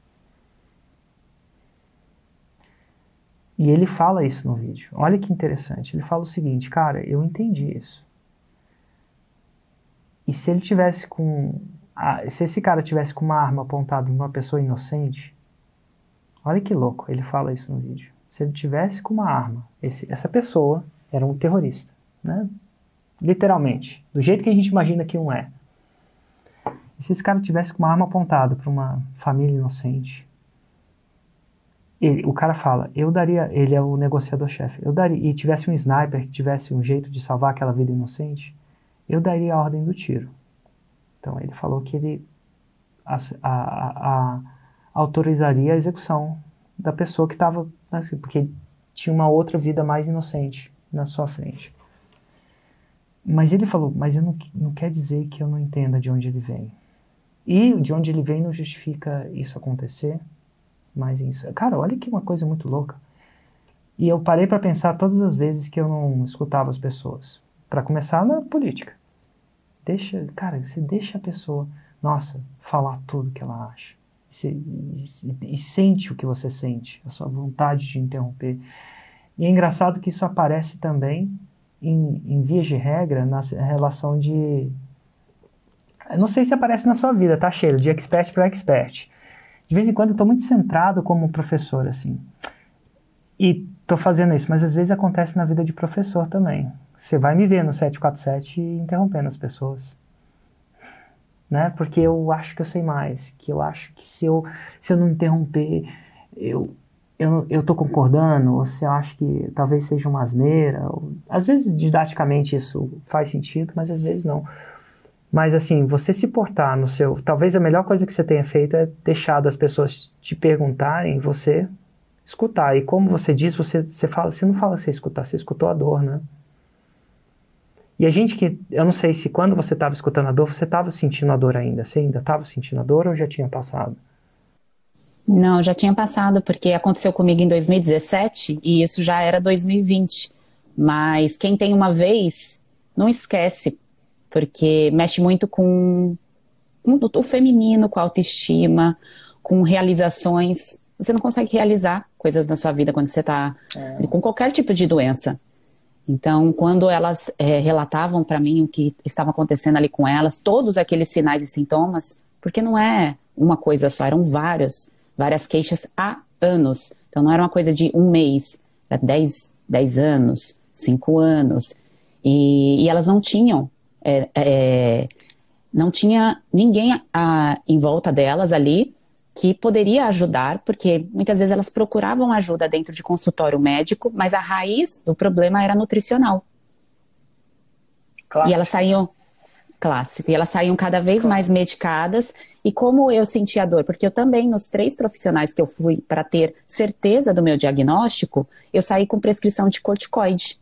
E ele fala isso no vídeo. Olha que interessante. Ele fala o seguinte, cara, eu entendi isso. E se ele tivesse com... A, se esse cara tivesse com uma arma apontada em uma pessoa inocente, olha que louco, ele fala isso no vídeo. Se ele tivesse com uma arma, esse, essa pessoa era um terrorista, né? Literalmente, do jeito que a gente imagina que um é. E se esse cara tivesse com uma arma apontada para uma família inocente, ele, o cara fala, eu daria, ele é o negociador-chefe, eu daria, e tivesse um sniper que tivesse um jeito de salvar aquela vida inocente, eu daria a ordem do tiro. Então ele falou que ele, a, a, a, autorizaria a execução da pessoa que estava, assim, porque tinha uma outra vida mais inocente na sua frente. Mas ele falou, mas eu não, não quer dizer que eu não entenda de onde ele vem. E de onde ele vem não justifica isso acontecer, mas isso... Cara, olha que uma coisa muito louca. E eu parei para pensar todas as vezes que eu não escutava as pessoas. Para começar, na política. Deixa, cara, você deixa a pessoa, nossa, falar tudo que ela acha. E, se, e, e sente o que você sente, a sua vontade de interromper. E é engraçado que isso aparece também, em, em vias de regra, na relação de... Eu não sei se aparece na sua vida, tá, Sheila? De expert para expert. De vez em quando eu estou muito centrado como professor, assim. E estou fazendo isso, mas às vezes acontece na vida de professor também. Você vai me ver no sete quatro sete interrompendo as pessoas. Né? Porque eu acho que eu sei mais, que eu acho que se eu, se eu não interromper, eu, eu, eu tô concordando, ou se eu acho que talvez seja uma asneira. Ou, às vezes, didaticamente, isso faz sentido, mas às vezes não. Mas, assim, você se portar no seu... Talvez a melhor coisa que você tenha feito é deixar as pessoas te perguntarem, você escutar. E como você diz, você, você, fala, você não fala você escutar, você escutou a dor, né? E a gente que... Eu não sei se quando você estava escutando a dor, você estava sentindo a dor ainda. Você ainda estava sentindo a dor ou já tinha passado? Não, já tinha passado, porque aconteceu comigo em dois mil e dezessete e isso já era dois mil e vinte. Mas quem tem uma vez, não esquece, porque mexe muito com, com o feminino, com a autoestima, com realizações. Você não consegue realizar coisas na sua vida quando você está é. com qualquer tipo de doença. Então, quando elas é, relatavam para mim o que estava acontecendo ali com elas, todos aqueles sinais e sintomas, porque não é uma coisa só, eram vários, várias queixas há anos. Então, não era uma coisa de um mês, era dez, dez anos, cinco anos. E, e elas não tinham, é, é, não tinha ninguém a, em volta delas ali que poderia ajudar, porque muitas vezes elas procuravam ajuda dentro de consultório médico, mas a raiz do problema era nutricional. Clássico. E elas saíam, clássico, e elas saíam cada vez clássico. mais medicadas, e como eu sentia dor, porque eu também, nos três profissionais que eu fui para ter certeza do meu diagnóstico, eu saí com prescrição de corticoide.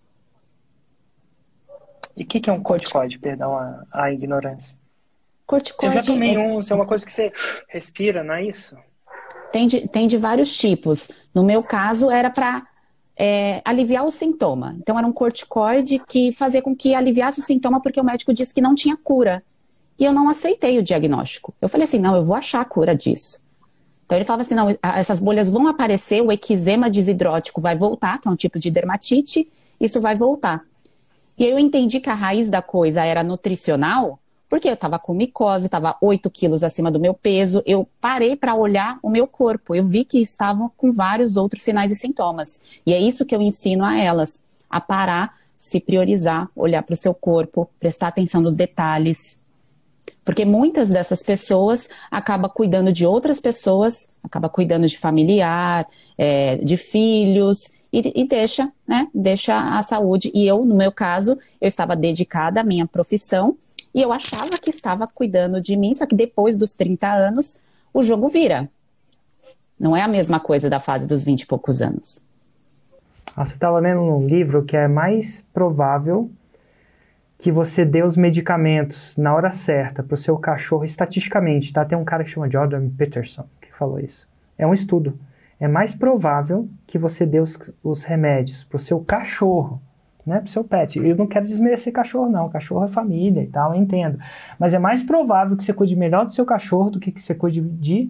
E o que, que é um corticoide? Perdão a, a ignorância. Corticoide, eu já tomei é... um, isso é uma coisa que você respira, não é isso? Tem de, tem de vários tipos. No meu caso, era para é, aliviar o sintoma. Então, era um corticoide que fazia com que aliviasse o sintoma, porque o médico disse que não tinha cura. E eu não aceitei o diagnóstico. Eu falei assim, não, eu vou achar a cura disso. Então, ele falava assim, não, essas bolhas vão aparecer, o eczema desidrótico vai voltar, que é um tipo de dermatite, isso vai voltar. E aí eu entendi que a raiz da coisa era nutricional, porque eu estava com micose, estava oito quilos acima do meu peso, eu parei para olhar o meu corpo, eu vi que estavam com vários outros sinais e sintomas. E é isso que eu ensino a elas, a parar, se priorizar, olhar para o seu corpo, prestar atenção nos detalhes. Porque muitas dessas pessoas acabam cuidando de outras pessoas, acabam cuidando de familiar, é, de filhos, e, e deixa, né, deixa a saúde. E eu, no meu caso, eu estava dedicada à minha profissão, e eu achava que estava cuidando de mim, só que depois dos trinta anos, o jogo vira. Não é a mesma coisa da fase dos vinte e poucos anos. Ah, você estava lendo um livro que é mais provável que você dê os medicamentos na hora certa para o seu cachorro, estatisticamente, tá? Tem um cara que chama Jordan Peterson que falou isso. É um estudo. É mais provável que você dê os, os remédios para o seu cachorro, né, pro seu pet. Eu não quero desmerecer cachorro, não. Cachorro é família e tal, eu entendo. Mas é mais provável que você cuide melhor do seu cachorro do que que você cuide de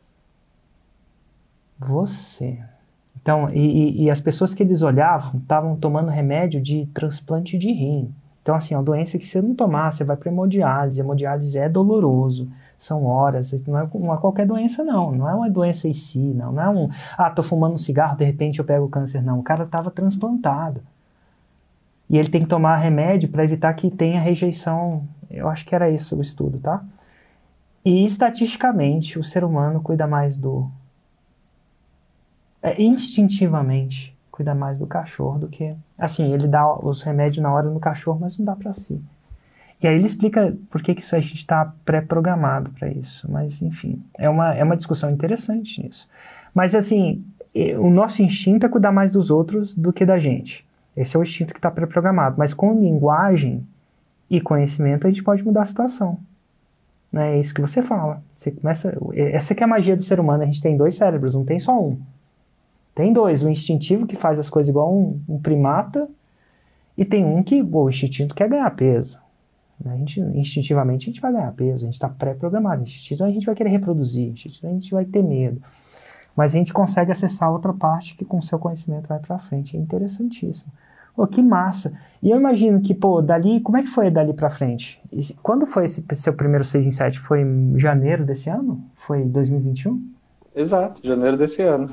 você. Então, e, e, e as pessoas que eles olhavam estavam tomando remédio de transplante de rim. Então, assim, é uma doença que se você não tomar, você vai para hemodiálise. Hemodiálise é doloroso. São horas. Não é, não é qualquer doença, não. Não é uma doença em si, não. Não é um, ah, tô fumando um cigarro, de repente eu pego câncer. Não, o cara estava transplantado. E ele tem que tomar remédio para evitar que tenha rejeição. Eu acho que era isso o estudo, tá? E estatisticamente, o ser humano cuida mais do... É, instintivamente, cuida mais do cachorro do que... Assim, ele dá os remédios na hora no cachorro, mas não dá para si. E aí ele explica por que, que isso a gente está pré-programado para isso. Mas, enfim, é uma, é uma discussão interessante nisso. Mas, assim, o nosso instinto é cuidar mais dos outros do que da gente. Esse é o instinto que está pré-programado. Mas com linguagem e conhecimento a gente pode mudar a situação. Né? É isso que você fala. Você começa, essa que é a magia do ser humano. A gente tem dois cérebros, não tem só um. Tem dois. O instintivo que faz as coisas igual um, um primata, e tem um que bom, o instintivo quer ganhar peso. A gente, instintivamente a gente vai ganhar peso, a gente está pré-programado. Instintivamente a gente vai querer reproduzir, instintivamente a gente vai ter medo. Mas a gente consegue acessar outra parte que com o seu conhecimento vai para frente. É interessantíssimo. Pô, que massa. E eu imagino que, pô, dali, como é que foi dali para frente? Quando foi esse seu primeiro seis em sete? Foi em janeiro desse ano? Foi em dois mil e vinte e um? Exato, janeiro desse ano.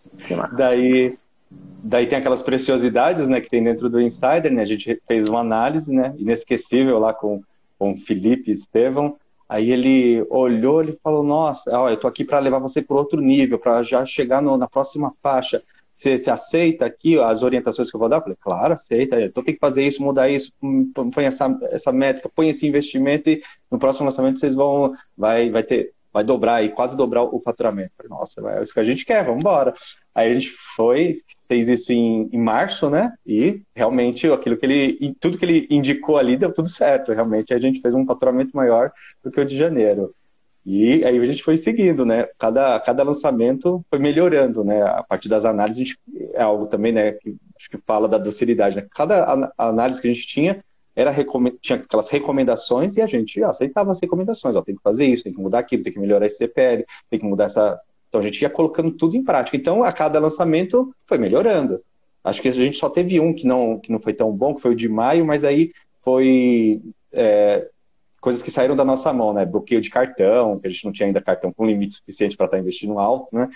Daí, daí tem aquelas preciosidades, né, que tem dentro do Insider, né? A gente fez uma análise, né, inesquecível lá com, com o Felipe Estevão. Aí ele olhou e falou, nossa, ó, eu tô aqui para levar você para outro nível, para já chegar no, na próxima faixa. Você, você aceita aqui ó, as orientações que eu vou dar? Eu falei, claro, aceita. Então tem que fazer isso, mudar isso, põe essa, essa métrica, põe esse investimento e no próximo lançamento vocês vão, vai, vai ter... vai dobrar e quase dobrar o faturamento. Falei, nossa, é isso que a gente quer, vamos embora. Aí a gente foi, fez isso em, em março, né? E realmente aquilo que ele, tudo que ele indicou ali deu tudo certo. Realmente a gente fez um faturamento maior do que o de janeiro. E aí a gente foi seguindo, né? Cada, cada lançamento foi melhorando, né? A partir das análises, a gente, é algo também, né? Que acho que fala da docilidade, né? Cada análise que a gente tinha Era recome... tinha aquelas recomendações e a gente aceitava as recomendações. Ó, tem que fazer isso, tem que mudar aquilo, tem que melhorar esse C P L, tem que mudar essa... Então a gente ia colocando tudo em prática. Então a cada lançamento foi melhorando. Acho que a gente só teve um que não, que não foi tão bom, que foi o de maio, mas aí foi é, coisas que saíram da nossa mão, né? Bloqueio de cartão, que a gente não tinha ainda cartão com limite suficiente para estar investindo alto, né?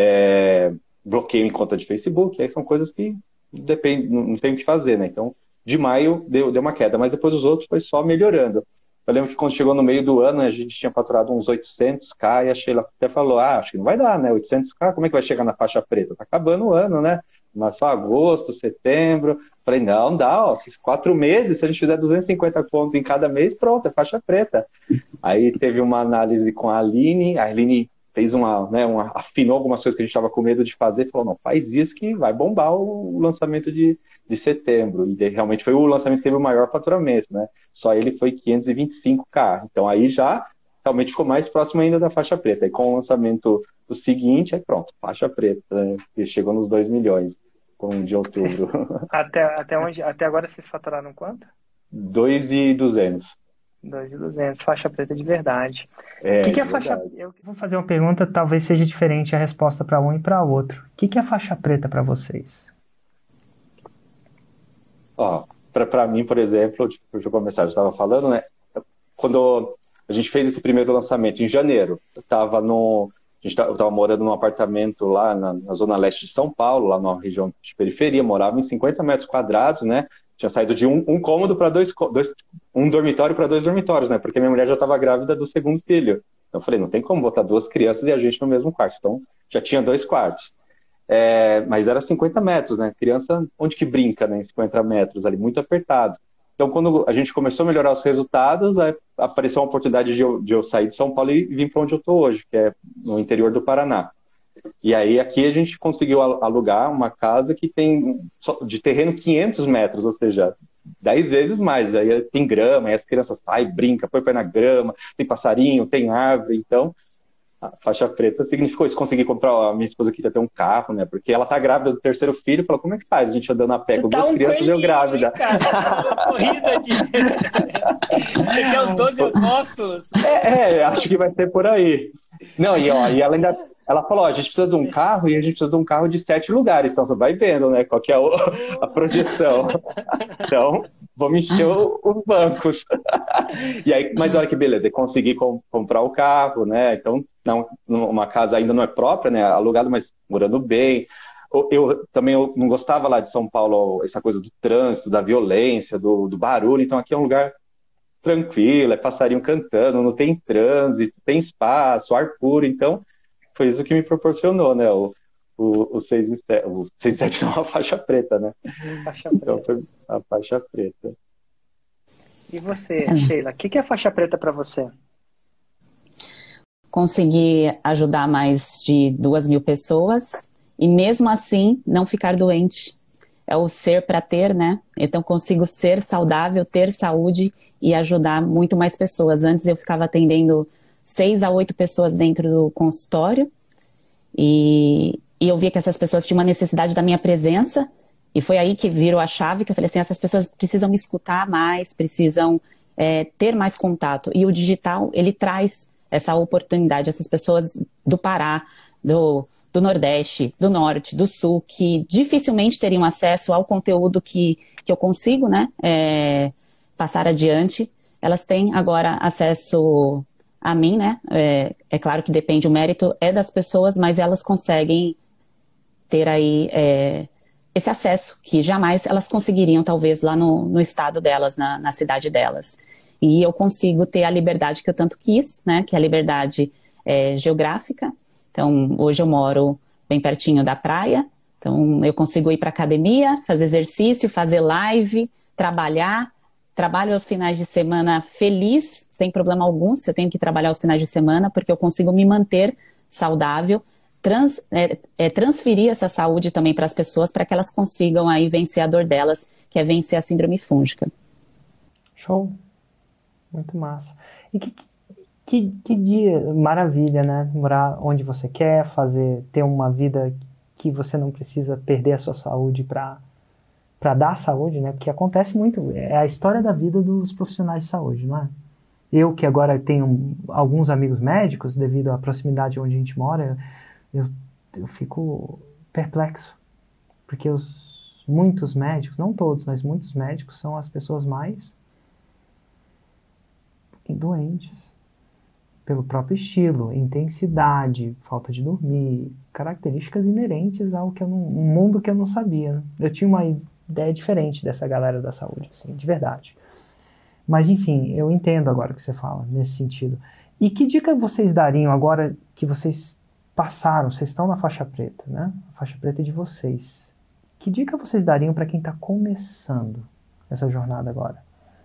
É, bloqueio em conta de Facebook, aí são coisas que depende, não tem o que fazer, né? Então de maio deu, deu uma queda, mas depois os outros foi só melhorando. Eu lembro que quando chegou no meio do ano, a gente tinha faturado uns oitocentos mil, e a Sheila até falou, ah, acho que não vai dar, né, oitocentos mil, como é que vai chegar na faixa preta? Tá acabando o ano, né, mas só agosto, setembro. Falei, não, dá, ó, quatro meses, se a gente fizer duzentos e cinquenta pontos em cada mês, pronto, é faixa preta. Aí teve uma análise com a Aline, a Aline fez uma, né, uma, afinou algumas coisas que a gente estava com medo de fazer, falou, não, faz isso que vai bombar o lançamento de, de setembro, e realmente foi o lançamento que teve o maior faturamento, né, só ele foi quinhentos e vinte e cinco mil, então aí já realmente ficou mais próximo ainda da faixa preta, aí com o lançamento do seguinte, aí pronto, faixa preta, né, que chegou nos dois milhões, com de outubro. Até, até, onde, até agora vocês faturaram quanto? dois mil e duzentos. dois mil e duzentos, faixa preta de verdade. É, o que, que é de faixa verdade. Eu vou fazer uma pergunta, talvez seja diferente a resposta para um e para outro. O que, que é faixa preta para vocês? Ó, para mim, por exemplo, deixa eu começar, eu estava falando, né? Quando a gente fez esse primeiro lançamento em janeiro, eu estava no, a gente eu estava morando num apartamento lá na, na zona leste de São Paulo, lá na região de periferia, morava em cinquenta metros quadrados, né? Tinha saído de um, um cômodo para dois, dois, um dormitório para dois dormitórios, né? Porque minha mulher já estava grávida do segundo filho. Então eu falei, não tem como botar duas crianças e a gente no mesmo quarto. Então já tinha dois quartos. É, mas era cinquenta metros, né? Criança, onde que brinca, né? Em cinquenta metros ali, muito apertado. Então quando a gente começou a melhorar os resultados, aí apareceu uma oportunidade de eu, de eu sair de São Paulo e vir para onde eu estou hoje, que é no interior do Paraná. E aí aqui a gente conseguiu alugar uma casa que tem de terreno quinhentos metros, ou seja, dez vezes mais. Aí tem grama, aí as crianças saem, brincam, põe o pé na grama, tem passarinho, tem árvore. Então, a faixa preta significou isso. Consegui comprar, a minha esposa queria ter um carro, né? Porque ela tá grávida do terceiro filho, falou, como é que faz? A gente andando a pé Você com tá duas um crianças e eu grávida. Hein, cara? Uma corrida de... Você quer os doze apóstolos? É, é, acho que vai ser por aí. Não, e, ó, e ela ainda... Ela falou, ó, a gente precisa de um carro e a gente precisa de um carro de sete lugares. Então você vai vendo, né? Qual que é o, a projeção. Então, vamos encher os bancos. E aí, mas olha que beleza, eu consegui com, comprar o carro, né? Então, não, uma casa ainda não é própria, né? Alugado, mas morando bem. Eu, eu também eu não gostava lá de São Paulo, essa coisa do trânsito, da violência, do, do barulho. Então aqui é um lugar tranquilo, é passarinho cantando, não tem trânsito, tem espaço, ar puro. Então, foi isso que me proporcionou, né? O, o, o seis e sete, o seis e sete não, a faixa preta, né? Faixa preta. Então foi a faixa preta. E você, Sheila, o que é faixa preta para você? Consegui ajudar mais de duas mil pessoas e mesmo assim não ficar doente. É o ser para ter, né? Então consigo ser saudável, ter saúde e ajudar muito mais pessoas. Antes eu ficava atendendo seis a oito pessoas dentro do consultório e, e eu via que essas pessoas tinham uma necessidade da minha presença e foi aí que virou a chave, que eu falei assim, essas pessoas precisam me escutar mais, precisam é, ter mais contato. E o digital, ele traz essa oportunidade, essas pessoas do Pará, do, do Nordeste, do Norte, do Sul, que dificilmente teriam acesso ao conteúdo que, que eu consigo, né, é, passar adiante, elas têm agora acesso a mim, né, é, é claro que depende, o mérito é das pessoas, mas elas conseguem ter aí é, esse acesso que jamais elas conseguiriam, talvez, lá no, no estado delas, na, na cidade delas. E eu consigo ter a liberdade que eu tanto quis, né, que é a liberdade é, geográfica. Então, hoje eu moro bem pertinho da praia, então eu consigo ir para academia, fazer exercício, fazer live, trabalhar. Trabalho aos finais de semana feliz, sem problema algum, se eu tenho que trabalhar aos finais de semana, porque eu consigo me manter saudável, trans, é, é, transferir essa saúde também para as pessoas, para que elas consigam aí vencer a dor delas, que é vencer a síndrome fúngica. Show! Muito massa. E que, que, que dia, maravilha, né? Morar onde você quer, fazer, ter uma vida que você não precisa perder a sua saúde para para dar saúde, né? Porque acontece muito, é a história da vida dos profissionais de saúde, não é? Eu que agora tenho alguns amigos médicos, devido à proximidade onde a gente mora, eu, eu fico perplexo, porque os, muitos médicos, não todos, mas muitos médicos são as pessoas mais doentes, pelo próprio estilo, intensidade, falta de dormir, características inerentes ao que eu não, um mundo que eu não sabia, né? Eu tinha uma ideia diferente dessa galera da saúde, assim, de verdade. Mas, enfim, eu entendo agora o que você fala, nesse sentido. E que dica vocês dariam agora que vocês passaram, vocês estão na faixa preta, né? A faixa preta é de vocês. Que dica vocês dariam para quem está começando essa jornada agora?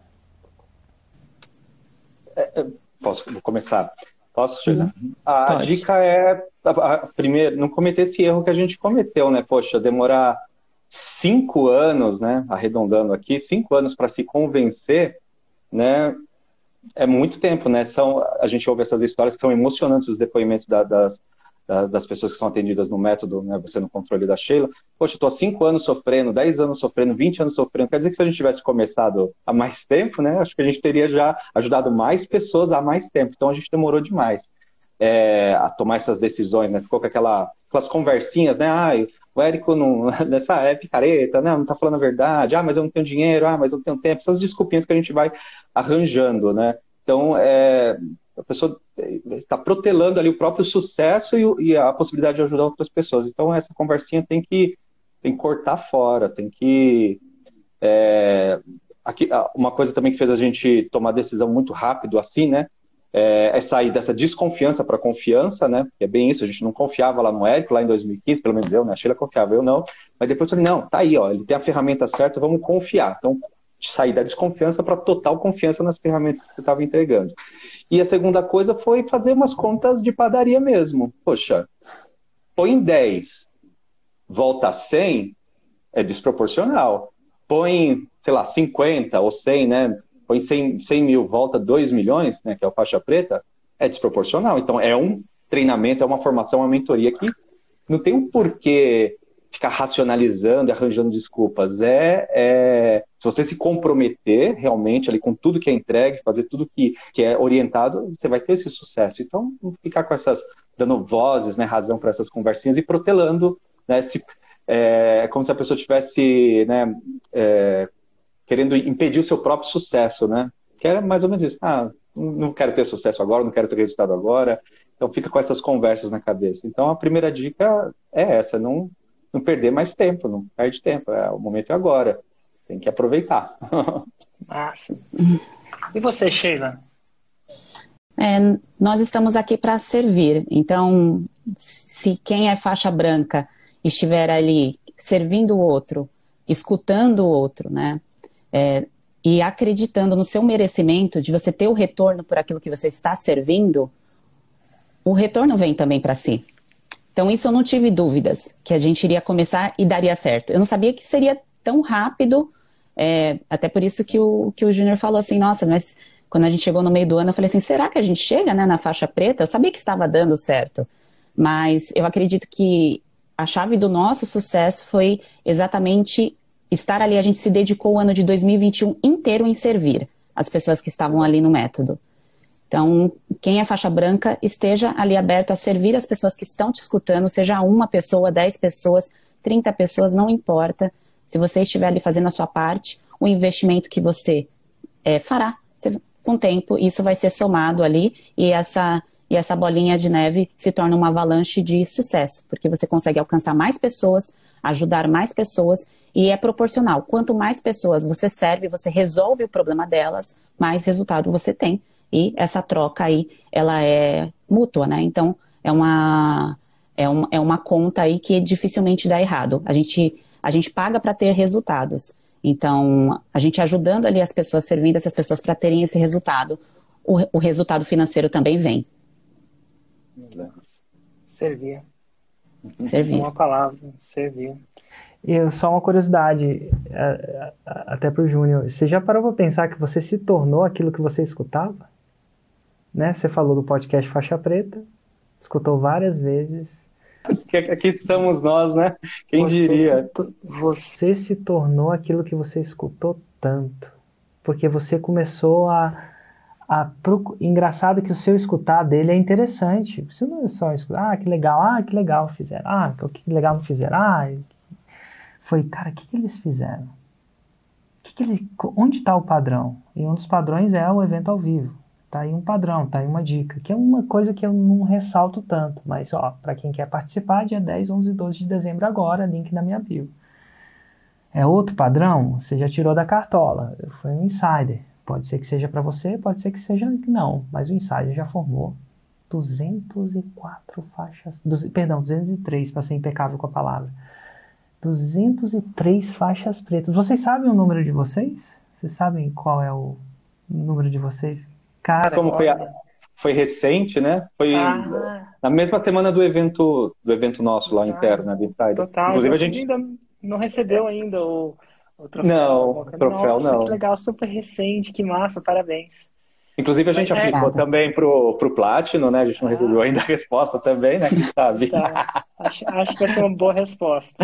É, posso vou começar? Posso, Sheila? Uhum. A, a Pode. dica é, a, a, primeiro, não cometer esse erro que a gente cometeu, né? Poxa, demorar cinco anos, né? Arredondando aqui, cinco anos para se convencer, né? É muito tempo, né? São, a gente ouve essas histórias que são emocionantes, os depoimentos da, das, das, das pessoas que são atendidas no método, né? Você no controle da Sheila. Poxa, eu tô há cinco anos sofrendo, dez anos sofrendo, vinte anos sofrendo. Quer dizer que se a gente tivesse começado há mais tempo, né? Acho que a gente teria já ajudado mais pessoas há mais tempo. Então a gente demorou demais é, a tomar essas decisões, né? Ficou com aquela, aquelas conversinhas, né? Ah, o Érico não, nessa é picareta, né? Não tá falando a verdade. Ah, mas eu não tenho dinheiro. Ah, mas eu não tenho tempo. Essas desculpinhas que a gente vai arranjando, né? Então, é, a pessoa está protelando ali o próprio sucesso e, e a possibilidade de ajudar outras pessoas. Então, essa conversinha tem que, tem que cortar fora, tem que... É, aqui, uma coisa também que fez a gente tomar decisão muito rápido assim, né? É, é sair dessa desconfiança para confiança, né? Que é bem isso, a gente não confiava lá no Érico, lá em dois mil e quinze, pelo menos eu, né? A Sheila confiava, eu não. Mas depois eu falei, não, tá aí, ó, ele tem a ferramenta certa, vamos confiar. Então, sair da desconfiança para total confiança nas ferramentas que você estava entregando. E a segunda coisa foi fazer umas contas de padaria mesmo. Poxa, põe dez, volta a cem, é desproporcional. Põe, sei lá, cinquenta ou cem, né? Põe cem, cem mil, volta dois milhões, né? Que é o faixa preta, é desproporcional. Então, é um treinamento, é uma formação, uma mentoria que não tem um porquê ficar racionalizando e arranjando desculpas. É, é, se você se comprometer realmente ali com tudo que é entregue, fazer tudo que, que é orientado, você vai ter esse sucesso. Então, não ficar com essas, dando vozes, né, razão para essas conversinhas e protelando, né, se, é como se a pessoa tivesse, né, é, querendo impedir o seu próprio sucesso, né? Que é mais ou menos isso. Ah, não quero ter sucesso agora, não quero ter resultado agora. Então, fica com essas conversas na cabeça. Então, a primeira dica é essa, não não perder mais tempo, não perde tempo, é, o momento é agora, tem que aproveitar. Massa. E você, Sheila? É, nós estamos aqui para servir, então se quem é faixa branca estiver ali servindo o outro, escutando o outro, né, é, e acreditando no seu merecimento, de você ter o retorno por aquilo que você está servindo, o retorno vem também para si. Então isso eu não tive dúvidas, que a gente iria começar e daria certo. Eu não sabia que seria tão rápido, é, até por isso que o, que o Júnior falou assim, nossa, mas quando a gente chegou no meio do ano, eu falei assim, será que a gente chega, né, na faixa preta? Eu sabia que estava dando certo, mas eu acredito que a chave do nosso sucesso foi exatamente estar ali. A gente se dedicou o ano de dois mil e vinte e um inteiro em servir as pessoas que estavam ali no método. Então, quem é faixa branca, esteja ali aberto a servir as pessoas que estão te escutando, seja uma pessoa, dez pessoas, trinta pessoas, não importa. Se você estiver ali fazendo a sua parte, o investimento que você é, fará, você, com o tempo, isso vai ser somado ali e essa, e essa bolinha de neve se torna uma avalanche de sucesso, porque você consegue alcançar mais pessoas, ajudar mais pessoas e é proporcional. Quanto mais pessoas você serve, você resolve o problema delas, mais resultado você tem. E essa troca aí, ela é mútua, né? Então, é uma, é uma, é uma conta aí que dificilmente dá errado. A gente, a gente paga para ter resultados. Então, a gente ajudando ali as pessoas, servindo essas pessoas para terem esse resultado, o, o resultado financeiro também vem. Servir. Servir. Uma palavra, servir. E só uma curiosidade, até para o Júnior, você já parou para pensar que você se tornou aquilo que você escutava? Né? Você falou do podcast Faixa Preta, escutou várias vezes. Aqui estamos nós, né? Quem você diria? Se, você se tornou aquilo que você escutou tanto, porque você começou a... a proc... Engraçado que o seu escutar dele é interessante. Você não é só escutar, ah, que legal, ah, que legal fizeram, ah, que legal não fizeram, ah... Foi, cara, o que, que eles fizeram? Que que eles, onde está o padrão? E um dos padrões é o evento ao vivo. Tá aí um padrão, tá aí uma dica, que é uma coisa que eu não ressalto tanto, mas ó, para quem quer participar, dia dez, onze e doze de dezembro agora, link na minha bio. É outro padrão? Você já tirou da cartola, foi um insider. Pode ser que seja para você, pode ser que seja que não, mas o insider já formou duzentas e quatro faixas, perdão, duzentas e três, para ser impecável com a palavra. duzentas e três faixas pretas. Vocês sabem o número de vocês? Vocês sabem qual é o número de vocês? Cara, como foi, a, foi recente, né? Foi ah. na mesma semana do evento do evento nosso lá Exato. interno, né, do Insider. Total. Inclusive a gente ainda não recebeu ainda o, o troféu. Não, o troféu Nossa, não. Que legal, super recente, que massa, parabéns. Inclusive a gente Mas, aplicou é, também pro, pro Platino, né? A gente não ah. recebeu ainda a resposta também, né? Quem sabe? Tá. Acho, acho que vai ser uma boa resposta.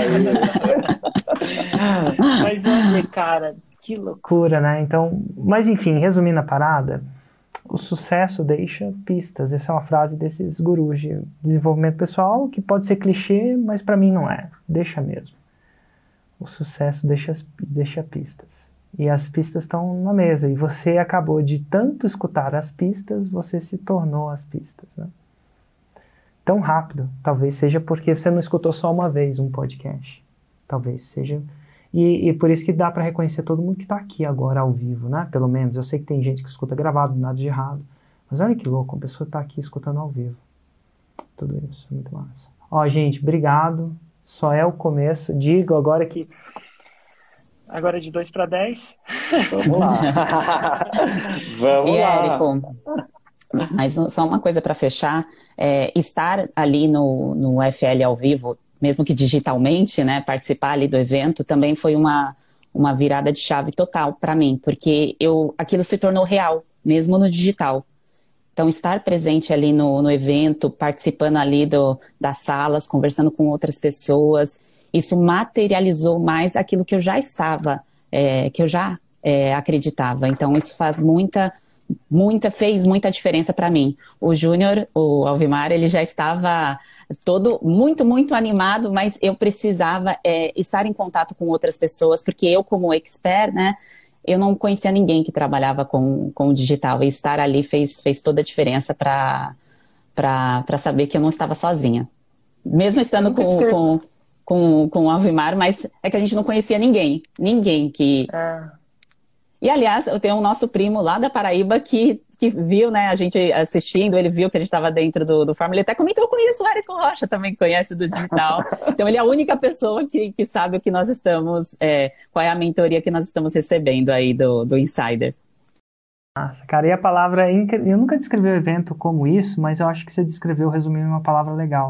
Mas olha, cara, que loucura, né? Então, mas enfim, resumindo a parada, o sucesso deixa pistas. Essa é uma frase desses gurus de desenvolvimento pessoal que pode ser clichê, mas para mim não é. Deixa mesmo. O sucesso deixa, deixa pistas. E as pistas estão na mesa. E você acabou de tanto escutar as pistas, você se tornou as pistas, né? Tão rápido. Talvez seja porque você não escutou só uma vez um podcast. Talvez seja... E, e por isso que dá para reconhecer todo mundo que está aqui agora ao vivo, né? Pelo menos. Eu sei que tem gente que escuta gravado, nada de errado. Mas olha que louco, uma pessoa está aqui escutando ao vivo. Tudo isso, muito massa. Ó, gente, obrigado. Só é o começo. Digo agora que... Agora de dois para dez. Vamos lá. Vamos e, lá. Érico, mas só uma coisa para fechar. É, estar ali no, no F L ao vivo, mesmo que digitalmente, né, participar ali do evento, também foi uma, uma virada de chave total para mim, porque eu, aquilo se tornou real, mesmo no digital. Então, estar presente ali no, no evento, participando ali do, das salas, conversando com outras pessoas, isso materializou mais aquilo que eu já estava, é, que eu já é, acreditava. Então, isso faz muita, muita, fez muita diferença para mim. O Júnior, o Alvimar, ele já estava todo muito, muito animado, mas eu precisava é, estar em contato com outras pessoas, porque eu, como expert, né, eu não conhecia ninguém que trabalhava com, com o digital, e estar ali fez, fez toda a diferença para para saber que eu não estava sozinha. Mesmo estando com, com, com, com o Alvimar, mas é que a gente não conhecia ninguém, ninguém que... É. E, aliás, eu tenho o nosso primo lá da Paraíba que que viu, né, a gente assistindo, ele viu que a gente estava dentro do, do Fórmula, ele até comentou, eu conheço o Érico Rocha, também conhece do digital. Então, ele é a única pessoa que, que sabe o que nós estamos, é, qual é a mentoria que nós estamos recebendo aí do, do Insider. Nossa, cara, e a palavra, eu nunca descrevi o evento como isso, mas eu acho que você descreveu, resumindo, uma palavra legal.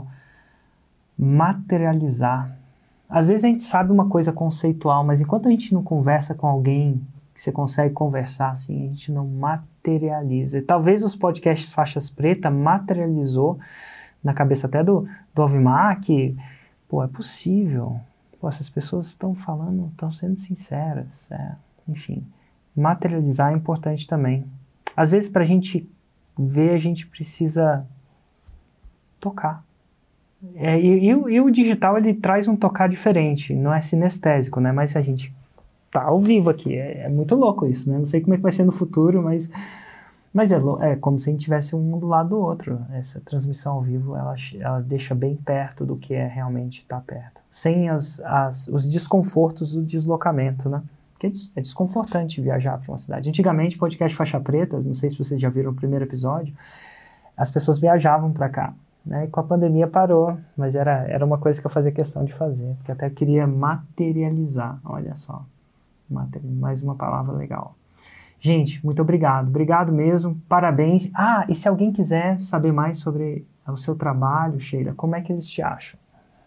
Materializar. Às vezes a gente sabe uma coisa conceitual, mas enquanto a gente não conversa com alguém que você consegue conversar assim, a gente não materializa. E talvez os podcasts Faixas Preta materializou na cabeça até do, do Alvimar que, pô, é possível. Pô, essas pessoas estão falando, estão sendo sinceras. É, enfim, materializar é importante também. Às vezes para a gente ver, a gente precisa tocar. É, e, e, e o digital, ele traz um tocar diferente, não é sinestésico, né? Mas a gente tá ao vivo aqui, é, é muito louco isso, né? Não sei como é que vai ser no futuro, mas, mas é, é como se a gente tivesse um do lado do outro. Essa transmissão ao vivo, ela, ela deixa bem perto do que é realmente estar perto, sem as, as, os desconfortos do deslocamento, né? Porque é desconfortante viajar para uma cidade. Antigamente, podcast Faixa Preta, não sei se vocês já viram o primeiro episódio, as pessoas viajavam para cá. Né, e com a pandemia parou, mas era, era uma coisa que eu fazia questão de fazer, porque até queria materializar, olha só, Mater, mais uma palavra legal. Gente, muito obrigado, obrigado mesmo, parabéns. Ah, e se alguém quiser saber mais sobre o seu trabalho, Sheila, como é que eles te acham?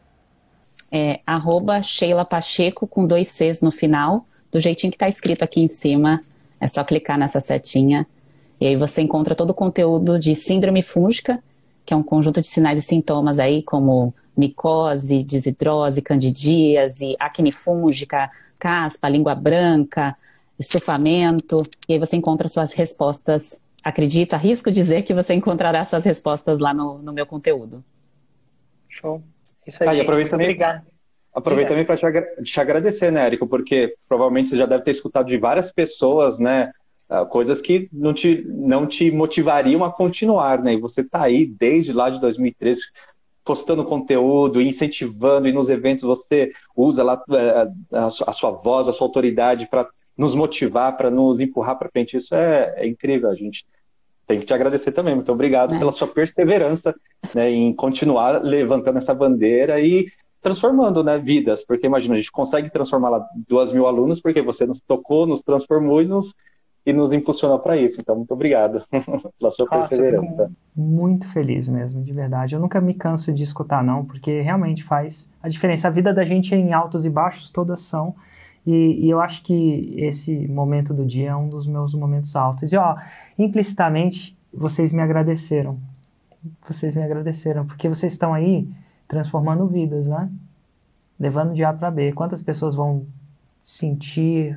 É arroba Sheila Pacheco com dois Cs no final, do jeitinho que está escrito aqui em cima, é só clicar nessa setinha, e aí você encontra todo o conteúdo de síndrome fúngica, que é um conjunto de sinais e sintomas aí, como micose, desidrose, candidíase, acne fúngica, caspa, língua branca, estufamento, e aí você encontra suas respostas. Acredito, arrisco dizer que você encontrará suas respostas lá no, no meu conteúdo. Show. Isso aí, ah, e aproveita também, obrigado. Aproveito também para te, agra te agradecer, né, Érico, porque provavelmente você já deve ter escutado de várias pessoas, né, Uh, coisas que não te, não te motivariam a continuar, né? E você está aí desde lá de dois mil e treze, postando conteúdo, incentivando, e nos eventos você usa lá uh, a, a sua voz, a sua autoridade para nos motivar, para nos empurrar para frente. Isso é, é incrível, a gente tem que te agradecer também. Muito obrigado é. pela sua perseverança, né, em continuar levantando essa bandeira e transformando, né, vidas, porque imagina, a gente consegue transformar lá duas mil alunos porque você nos tocou, nos transformou e nos e nos impulsionou para isso. Então, muito obrigado pela sua Nossa, perseverança. Eu fico muito feliz mesmo, de verdade. Eu nunca me canso de escutar, não, porque realmente faz a diferença. A vida da gente é em altos e baixos, todas são. E, e eu acho que esse momento do dia é um dos meus momentos altos. E, ó, implicitamente, vocês me agradeceram. Vocês me agradeceram, porque vocês estão aí transformando vidas, né? Levando de A para B. Quantas pessoas vão sentir...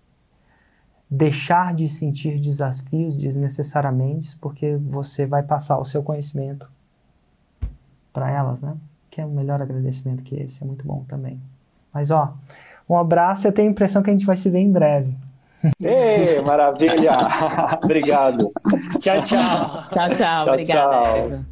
deixar de sentir desafios desnecessariamente porque você vai passar o seu conhecimento para elas, né? Que é o melhor agradecimento que esse, é muito bom também. Mas, ó, um abraço, eu tenho a impressão que a gente vai se ver em breve. Ei, maravilha! Obrigado. Tchau, tchau. Tchau, tchau. Tchau, Obrigada. tchau.